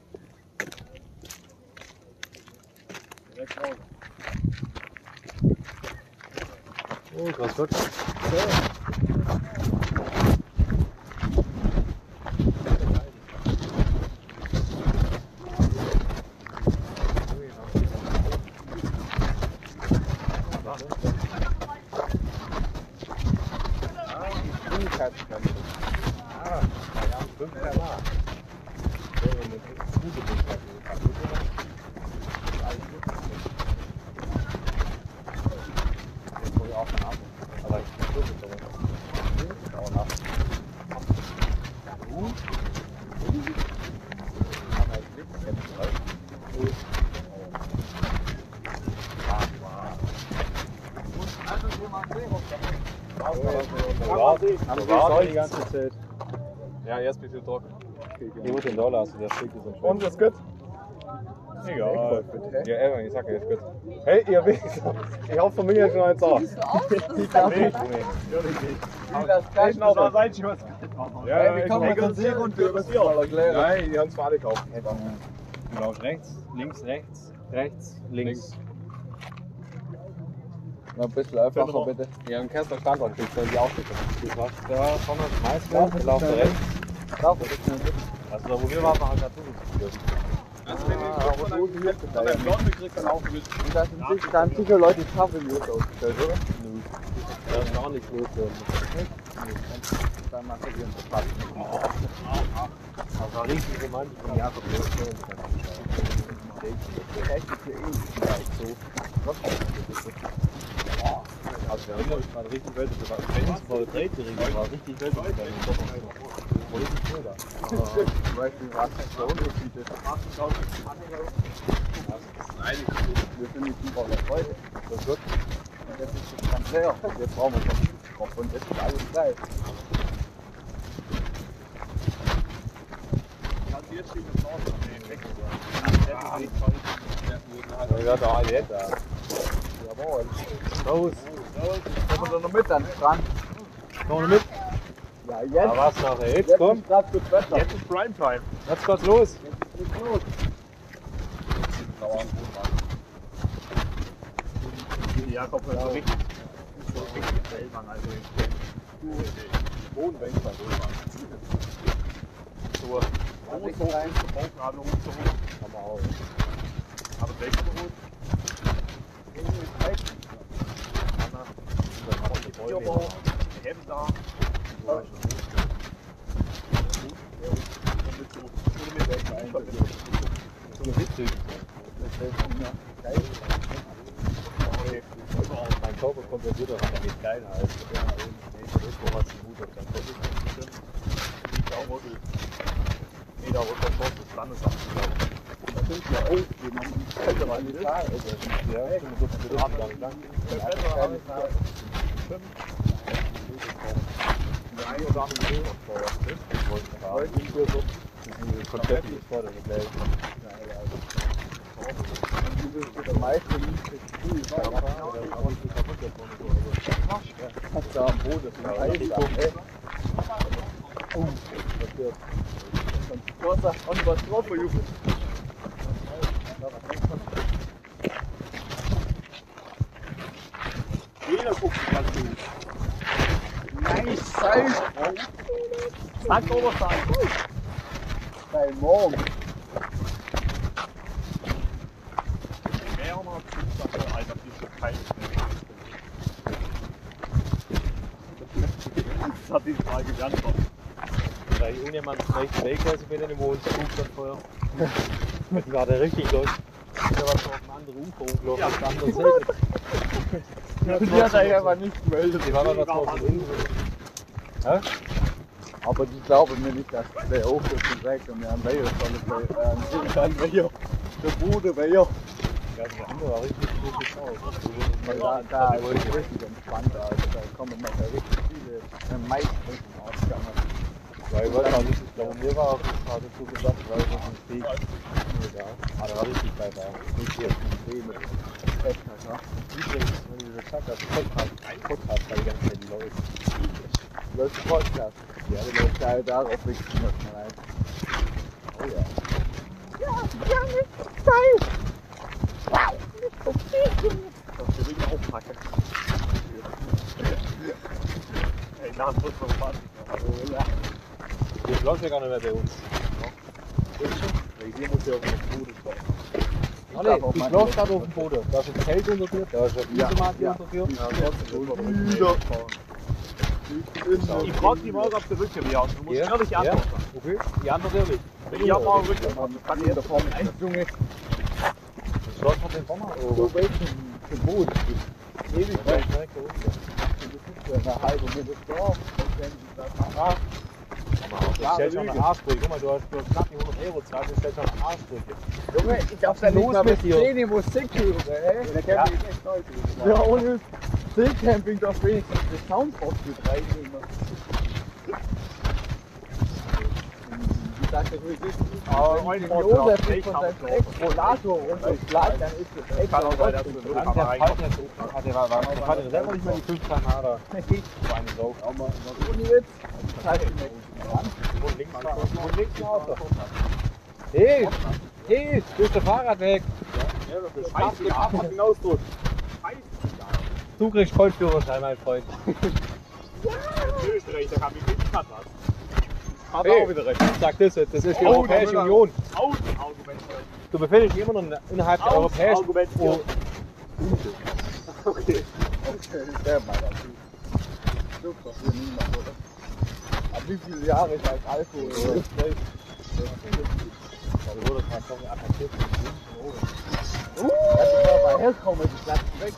Speaker 2: Direkt raus.
Speaker 1: Oh, grüß Gott. Die ganze Zeit.
Speaker 2: Ja, jetzt bist du trocken.
Speaker 1: Ich muss den da lassen, der Stück ist ein Schwein.
Speaker 2: Und ist gut?
Speaker 1: Egal. Ja, Evan, ich sag ja, ist gut.
Speaker 2: Hey, ihr Wichser! Ich hab von mir schon eins auf.
Speaker 3: Gleich noch was.
Speaker 2: Ja,
Speaker 3: Wie kommen wir zum See und wir müssen mal erklären.
Speaker 2: Nein, die haben es alle gekauft.
Speaker 1: Du laufst rechts, links, links.
Speaker 3: Noch ein bisschen einfacher bitte.
Speaker 1: Ja, im Kessler Standort kriegst du die Aufsicht. Du hast da vorne das Maisfeld, du laufst rechts. Also da wo wir waren, haben wir natürlich.
Speaker 2: Also wenn du von der Blonde kriegst, dann auch mit.
Speaker 3: Da haben sicher Leute Kaffeemüll ausgestellt, oder?
Speaker 1: Da ist gar nichts los.
Speaker 3: Dann machst du dir einen Vertrag.
Speaker 1: Das war richtig romantisch von Jakob. Also wir haben uns gerade richtig Welt, wenn es voll dreht, war richtig Welt. Wo ist die Schulter?
Speaker 3: Zum Beispiel, was der Unterschied ist. Wir sind nicht über der Freude.
Speaker 1: Das ist gut.
Speaker 3: Und das ist das ganz leer. Und jetzt brauchen wir schon Kopf und das ist alles gleich.
Speaker 1: Ja, da jetzt.
Speaker 3: Jawohl.
Speaker 1: Los.
Speaker 3: Kommen wir noch mit an den Strand?
Speaker 1: Komm mit.
Speaker 3: Ja,
Speaker 1: Ja,
Speaker 3: jetzt.
Speaker 1: was nachher? Jetzt
Speaker 3: Jetzt
Speaker 1: komm.
Speaker 3: ist gerade gut Wetter.
Speaker 2: Jetzt ist Primetime.
Speaker 1: Jetzt geht's los.
Speaker 3: Jetzt geht's los.
Speaker 2: Jakob hat so richtig Feldmann, also Wohnweg bei Wohnweg. So, Bauchladung und so.
Speaker 1: Haben wir auch.
Speaker 2: Aber welcher Beruf? Tierbau, Hemd da.
Speaker 1: Mein Körper kompensiert das aber nicht geil halt. Ja, wo hast du gut auf deinem Körper?
Speaker 2: Nee, da runter das Standesamt.
Speaker 3: Da sind wir auch. Wir haben uns Kälte rein.
Speaker 1: Ja, so viel haben wir nicht lang. Konzept ist vor der Welt.
Speaker 3: Der meiste nicht viel. Hast da am Boden, das ist ein Eis. Oh, das wird. Großer Katastrophe, Junge.
Speaker 2: Jeder guckt sich das durch.
Speaker 3: Nice, Salz.
Speaker 2: Sag Oberstein.
Speaker 3: Bei morgen.
Speaker 2: Wärmer, Zutaten, Alter, diese Keile. Das hat die Frage beantwortet.
Speaker 1: Da irgendjemand vielleicht Weltklasse mit dem Mond guckt hat vorher. Die war der richtig los. Der war schon auf einem anderen Ufer rumgelaufen.
Speaker 2: Ja,
Speaker 1: auf der anderen Seite.
Speaker 3: Die hat er aber nicht gemeldet.
Speaker 1: Die war aber draußen innen. Ja?
Speaker 3: Aber die glauben mir nicht, dass der hoch ist weg und wir haben Weiher soll Weiher. Der Bude Weiher.
Speaker 1: Ja, der andere war richtig gut geschaut.
Speaker 3: Da ist es richtig entspannt, also da kommen noch richtig viele Maisbrücken ausgegangen.
Speaker 1: Weil ich weiß nicht, ich glaube, mir war auch gerade so gesagt, weil das ein Weg. Ja, aber da war richtig bei da.
Speaker 3: Nicht jetzt ein See mit Festheit, ne?
Speaker 1: Übrigens, wenn du gesagt hast, Podcast, weil die ganze Zeit läuft.
Speaker 3: Läuft der Podcast. Ja, der läuft geil darauf wichsen muss man rein. Oh ja. Ja, lange Zeit! Wow, nicht so viel! Das will ich aufpacken.
Speaker 2: Ey, nach dem Bus vom Fahren.
Speaker 3: Oh ja.
Speaker 1: Das läuft ja gar nicht mehr bei uns.
Speaker 3: Weil hier muss ja auf dem Boden stehen.
Speaker 1: Alle, ich laufe gerade auf dem Boden. Da ist ein Feld unterführt, da ist ein Isomat unterführt.
Speaker 3: Ja, trotzdem. Wieder.
Speaker 2: Ich frage die mal, ob der Rückkehr raus. Du musst ehrlich antworten.
Speaker 1: Okay, die Antwort ehrlich.
Speaker 2: Ich hab mal einen Rückkehr.
Speaker 3: Kann ich da vorne ein, Junge.
Speaker 1: Das läuft von den Sommer.
Speaker 3: So weit zum Boden. Ewig weit. Das ist eine halbe Minute Dorf. Und wenn du das machst.
Speaker 1: Das stellt schon eine Arschbrücke. Guck mal, du hast knapp die 100 Euro zahlt, das stellt schon eine Arschbrücke.
Speaker 3: Junge, ich darf ja nicht mal mit Szene Musik hören, ey. Der Camping ist echt neu. Ja, ohne Seecamping darf wenigstens das Soundbox mit reinnehmen. Ich dachte, du bist
Speaker 2: ein
Speaker 3: Josef ist von seinem Rollator und das Gleich, dann ist das echt
Speaker 2: Kann auch sein, dass du
Speaker 1: Der Vater selber nicht mehr die 15 Hader. Vor einem Sau.
Speaker 3: ohne Witz. Das heißt, die nächsten an.
Speaker 1: Und links raus. Hey, hey, du bist der Fahrrad weg.
Speaker 2: Scheiße, Arzt den Ausdruck.
Speaker 1: Du kriegst Vollführerschein, mein Freund.
Speaker 2: Österreich, da kann ich nicht was. Hat
Speaker 1: Hey,
Speaker 2: auch wieder recht.
Speaker 1: sag das jetzt, das ist die Europäische Union.
Speaker 2: Außenargument.
Speaker 1: Du befindest dich immer noch innerhalb der Europäischen
Speaker 2: Argument.
Speaker 1: Union.
Speaker 2: Okay.
Speaker 3: Okay, der mal das. Super, hier niemand, oder? Ab wie viele Jahre ist als Alkohol?
Speaker 1: Da wurde das mal attackiert.
Speaker 3: Also da bei herkommen, die Platz weg.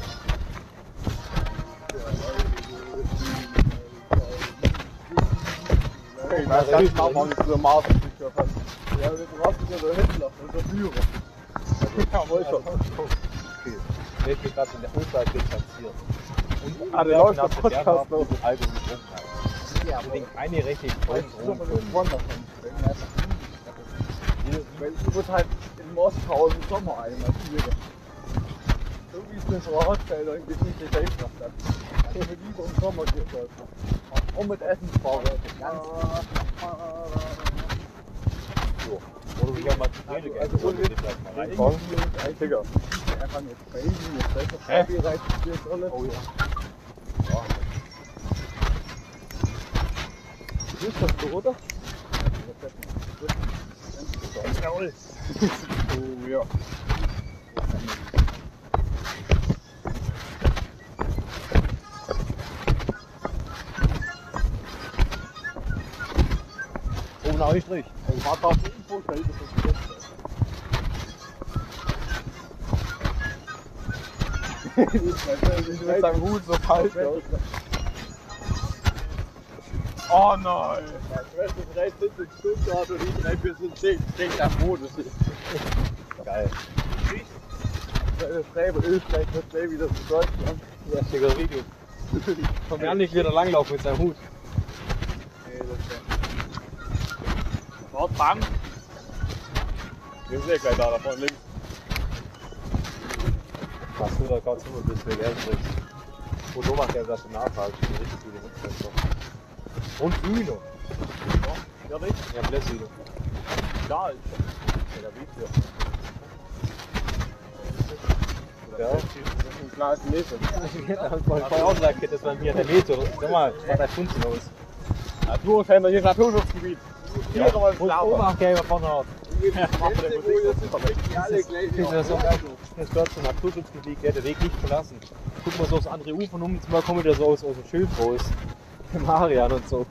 Speaker 3: Okay, das kann ich auch nicht so Maß. Ja, du brauchst ja so Hitler, so Führer. Ja, wohl schon.
Speaker 1: Okay. Ich bin gerade in der Uhrzeit distanziert. Und
Speaker 3: der läuft der Podcast noch.
Speaker 1: Alkohol getrunken hat.
Speaker 3: Ja,
Speaker 1: Ich denke, eine richtig
Speaker 3: weißt du,
Speaker 1: Drogen
Speaker 3: man
Speaker 1: können.
Speaker 3: ist Wonder von weil ich würde halt in Moskau im Sommer einmal führen. So wie es mir so auffällt, dann geht nicht die Gesellschaft hat. Ich würde lieber im Sommer gehen sollten. Und mit Essen fahren. Ganz
Speaker 1: Oder sich auch mal zu Rede gehen.
Speaker 3: Also,
Speaker 1: Wollen wir die vielleicht mal rein?
Speaker 3: Digga. Einfach jetzt Baby, jetzt welcher vorbereitet wird alles.
Speaker 1: Oh ja.
Speaker 3: Du bist das so, oder?
Speaker 2: Jawohl.
Speaker 3: Oh ja.
Speaker 1: Oh, ein Eustrich.
Speaker 3: Ich war auf dem Infofeld, das ist das Beste. Ich mit seinem Hut so falsch aus.
Speaker 2: Oh nein.
Speaker 3: Meine Schwester ist recht sitzt in Stuttgart und ich recht bis in 10 am Boden.
Speaker 1: Geil.
Speaker 3: Das Träber Österreich wird gleich wieder zu Deutschland.
Speaker 1: Ja, schicker Video. Komm ja nicht wieder langlaufen mit seinem Hut.
Speaker 3: Nee, das ist
Speaker 2: Wart, bam. Wir sind ja gleich da vorne links.
Speaker 1: Machst du da gerade so, bis du Geld kriegst. Und so macht der das Nachfrage. Richtig gute Nutzplätze. Und Hühner.
Speaker 2: Ja, nicht?
Speaker 1: Ja, Blässhühner.
Speaker 2: Da ist
Speaker 1: Ja, da wiegt
Speaker 2: ja.
Speaker 1: ja.
Speaker 3: ein klares Leben.
Speaker 1: Da hat man vorher auch gesagt, das war mir der Meter. Sag mal, was hat der Funzen aus?
Speaker 2: Naturfänder, hier ist Naturschutzgebiet. Hier kann man
Speaker 1: Wo
Speaker 2: schlafen.
Speaker 1: Oberachgeber vorne hat.
Speaker 3: Alle gleich
Speaker 1: Das ist so geil. Das gehört zum Naturschutzgebiet, der Weg nicht verlassen. Guck mal so aufs andere Ufer und mal kommt der so aus dem Schild raus. Marian und so.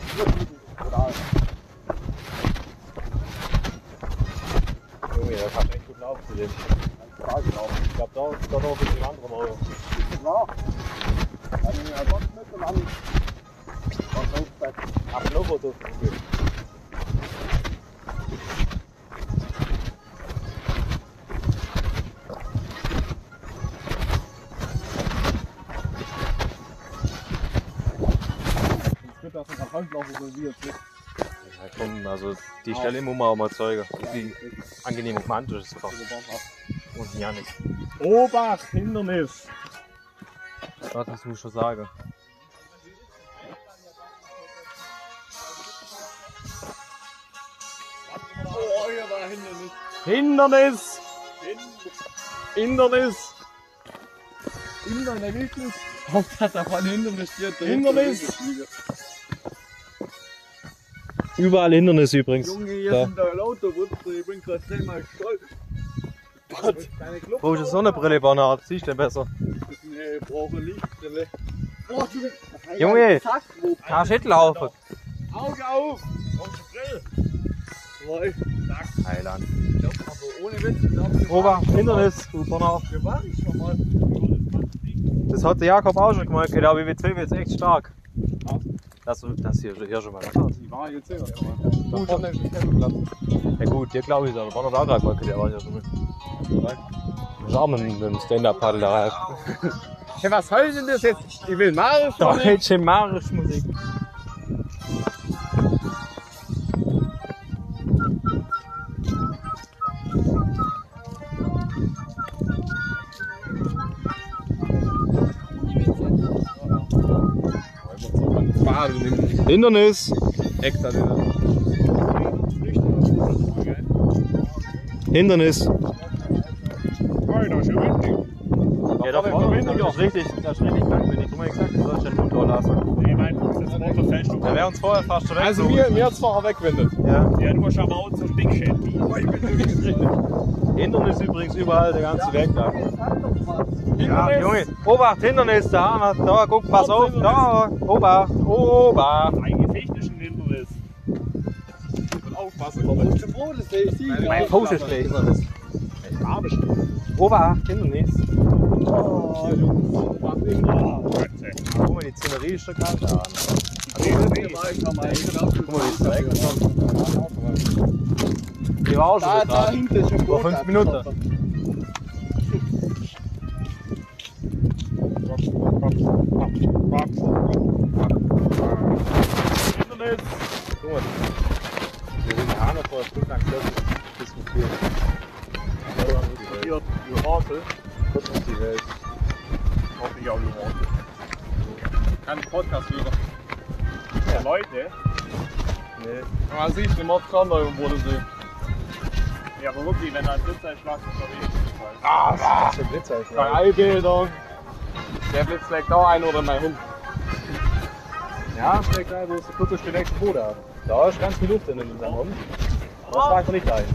Speaker 1: Junge, das hat echt gut laufen zu dem. Ich glaube, da noch ein bisschen andere Mauer.
Speaker 3: Ja. Also, ja, sonst nicht so lang. Was aufsteigt.
Speaker 1: Ach, noch was auf.
Speaker 2: Es gibt auch einen Handlauf, wo wir jetzt nicht.
Speaker 1: Ja, komm, also die Stelle muss man auch mal zeigen. Wie angenehm und romantisch ist es doch. Und ja nicht.
Speaker 2: Obacht, Hindernis!
Speaker 1: Das muss ich schon sagen.
Speaker 2: Oh, hier war Hindernis! Hindernis! Hindernis! Hauptsache davon Hindernis steht.
Speaker 1: Hindernis! Überall Hindernisse übrigens.
Speaker 3: Junge, hier
Speaker 1: Da.
Speaker 3: sind da lauter Wurzeln, ich bin gerade zehnmal stolz.
Speaker 1: Wo ist die Sonnenbrille, Bernhard? Siehst du denn besser?
Speaker 3: Nee, ich brauche Lichtbrille. Oh, du bist...
Speaker 1: Junge!
Speaker 3: Zack, wo...
Speaker 1: Kannst nicht laufen.
Speaker 3: Auge auf! Zwei.
Speaker 1: Heiland.
Speaker 3: Ich glaub, aber ohne Witz, ich glaube...
Speaker 1: Ober, Hindernis, du Bernhard.
Speaker 3: Wir waren schon mal.
Speaker 1: Das hat der Jakob auch schon gemacht. Der WW2 wird jetzt echt stark. Das hier schon mal.
Speaker 2: Die war jetzt selber schon mal. Gut, schon den Campingplatz.
Speaker 1: Ja gut, dir glaube ich aber. Bernhard auch gerade mal, der war ja schon mal. Das ist auch mit dem Stand-Up-Paddel da.
Speaker 2: Hey, was soll denn das jetzt? Ich will Marisch.
Speaker 1: Deutsche Marschmusik. Hindernis.
Speaker 2: Hektar drin.
Speaker 1: Hindernis.
Speaker 2: Das ist ja windig.
Speaker 1: Ja, da vorne das ist richtig krank, wenn ich drüber gesagt habe, soll ich den Mund lassen.
Speaker 4: Nee, mein Fuß ist runter fest.
Speaker 1: Der wäre uns vorher fast schon weg.
Speaker 2: Also mir hat's vorher wegwendet.
Speaker 1: Ja.
Speaker 4: Ja, du hast aber auch so ein Ding schäden.
Speaker 1: Hindernis übrigens überall, der ganze Weg da. Ja,
Speaker 2: Hindernis.
Speaker 1: Junge, Obacht, Hindernis, da, guck, pass auf, da, Obacht, Obacht.
Speaker 4: Ein technischen Hindernis.
Speaker 2: Und aufpassen, Thomas.
Speaker 3: Zum Bodensee, ich sehe
Speaker 1: Mein Fuß ist schlecht, Hindernis. Obacht, Hindernis.
Speaker 2: Oh, Jungs. Was ist da?
Speaker 1: Guck mal, die Szenerie ist schon kalt da. Guck mal, wie Dreck. Die war auch schon
Speaker 3: Da
Speaker 1: dran.
Speaker 3: hinten ist schon
Speaker 1: Vor 5 Minuten.
Speaker 4: Hindernis.
Speaker 1: Guck mal. Wir sind ja noch vor einer Stunde lang diskutiert.
Speaker 4: Hier, die Hortel.
Speaker 1: Guck mal die Welt.
Speaker 4: Hoffentlich auch die Hortel.
Speaker 2: Kein Podcast-Hörer.
Speaker 4: Ja, Leute.
Speaker 1: Nee.
Speaker 2: Aber siehst du, den Mord schon da im Bodensee.
Speaker 4: Ja, aber wirklich, wenn da ein Blitzeinschlag unterwegs ist.
Speaker 1: Was für Blitzer ist
Speaker 2: Keine Eibildung. Der Blitz legt auch ein oder mein Hund.
Speaker 1: Ja, schlägt ein, wo ist kurz durch den nächsten Boden ab. Da ist ganz viel Luft in dem Raum. Das schlagt nicht ein.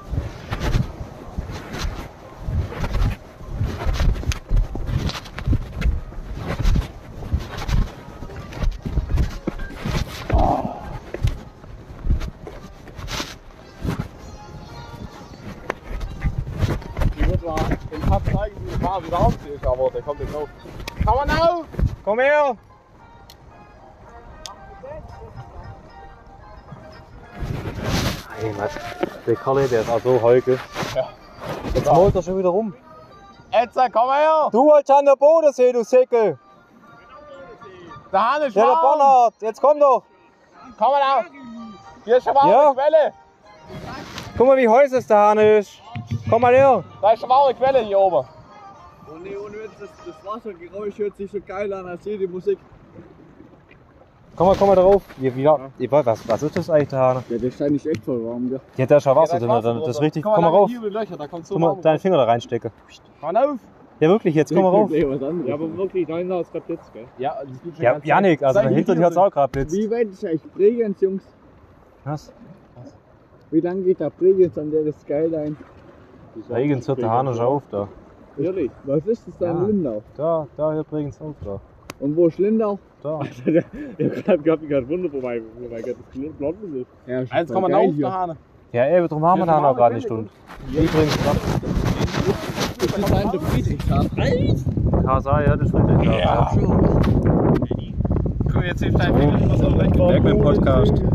Speaker 2: Ich würde mal den Pub zeigen, wie die Fahrt wieder aufzieht, aber der kommt nicht auf. Komm mal auf!
Speaker 1: Komm her! Hey, Mann. Der Kalle, der ist auch so heuke.
Speaker 2: Ja.
Speaker 1: Jetzt mault er schon wieder rum.
Speaker 2: Jetzt komm mal her!
Speaker 1: Du wolltest an der Bodensee, du Säckel!
Speaker 2: Der Hahn ist
Speaker 1: Ja, der
Speaker 2: warm!
Speaker 1: Bernhard, jetzt komm doch!
Speaker 2: Komm mal auf! Hier ist eine warme
Speaker 1: Ja.
Speaker 2: Quelle!
Speaker 1: Guck mal, wie heiß es der Hahn ist! Komm mal her!
Speaker 2: Da ist eine warme Quelle hier oben.
Speaker 3: Oh nee, ohne Witz, das Wassergeräusch hört sich so geil an als jede Musik.
Speaker 1: Komm mal drauf! Was ist das eigentlich, der Hahn?
Speaker 3: Ja, der Stein ist echt voll warm, gell?
Speaker 1: Ja, da ist schon Wasser
Speaker 2: Ja,
Speaker 1: drin, das ist richtig. Komm mal
Speaker 2: da
Speaker 1: rauf!
Speaker 2: Hier mit Löcher, da kommt so
Speaker 1: Guck mal,
Speaker 2: warm.
Speaker 1: deinen Finger da reinstecken.
Speaker 2: Komm mal auf!
Speaker 1: Ja, wirklich, jetzt komm mal rauf!
Speaker 3: Was anderes.
Speaker 4: Ja, aber wirklich, da ist gerade Blitz, gell?
Speaker 2: Ja, das gibt schon
Speaker 1: Ja,
Speaker 2: ganz
Speaker 1: Janik, also
Speaker 2: Zeig
Speaker 1: hinter
Speaker 2: die
Speaker 1: dir hat's auch gerade Blitz.
Speaker 3: Wie weit ist eigentlich Bregenz, Jungs?
Speaker 1: Was?
Speaker 3: Wie lang geht da Bregenz an der Skyline?
Speaker 1: Regens hört der Hahn schon auf da.
Speaker 4: Ehrlich?
Speaker 3: Was ist das da
Speaker 1: Ja.
Speaker 3: in Lindau?
Speaker 1: Da hier übrigens auf da.
Speaker 3: Und wo ist Lindau?
Speaker 1: Da.
Speaker 4: Ich hab gerade Wunder, wo mein Gott, das blond ist.
Speaker 3: Ja, ist
Speaker 2: Eins
Speaker 3: voll
Speaker 2: kann man
Speaker 3: geil
Speaker 2: auf,
Speaker 3: hier.
Speaker 2: der Hane.
Speaker 1: Ja, eben, darum haben wir da noch gerade eine Stunde. Übrigens,
Speaker 3: Das ist ein der Friedrichshafen.
Speaker 1: KSA, ja, das ist richtig. Ja.
Speaker 2: Guck, jetzt hilft dein Video, was auch weg. Weg mit dem Podcast.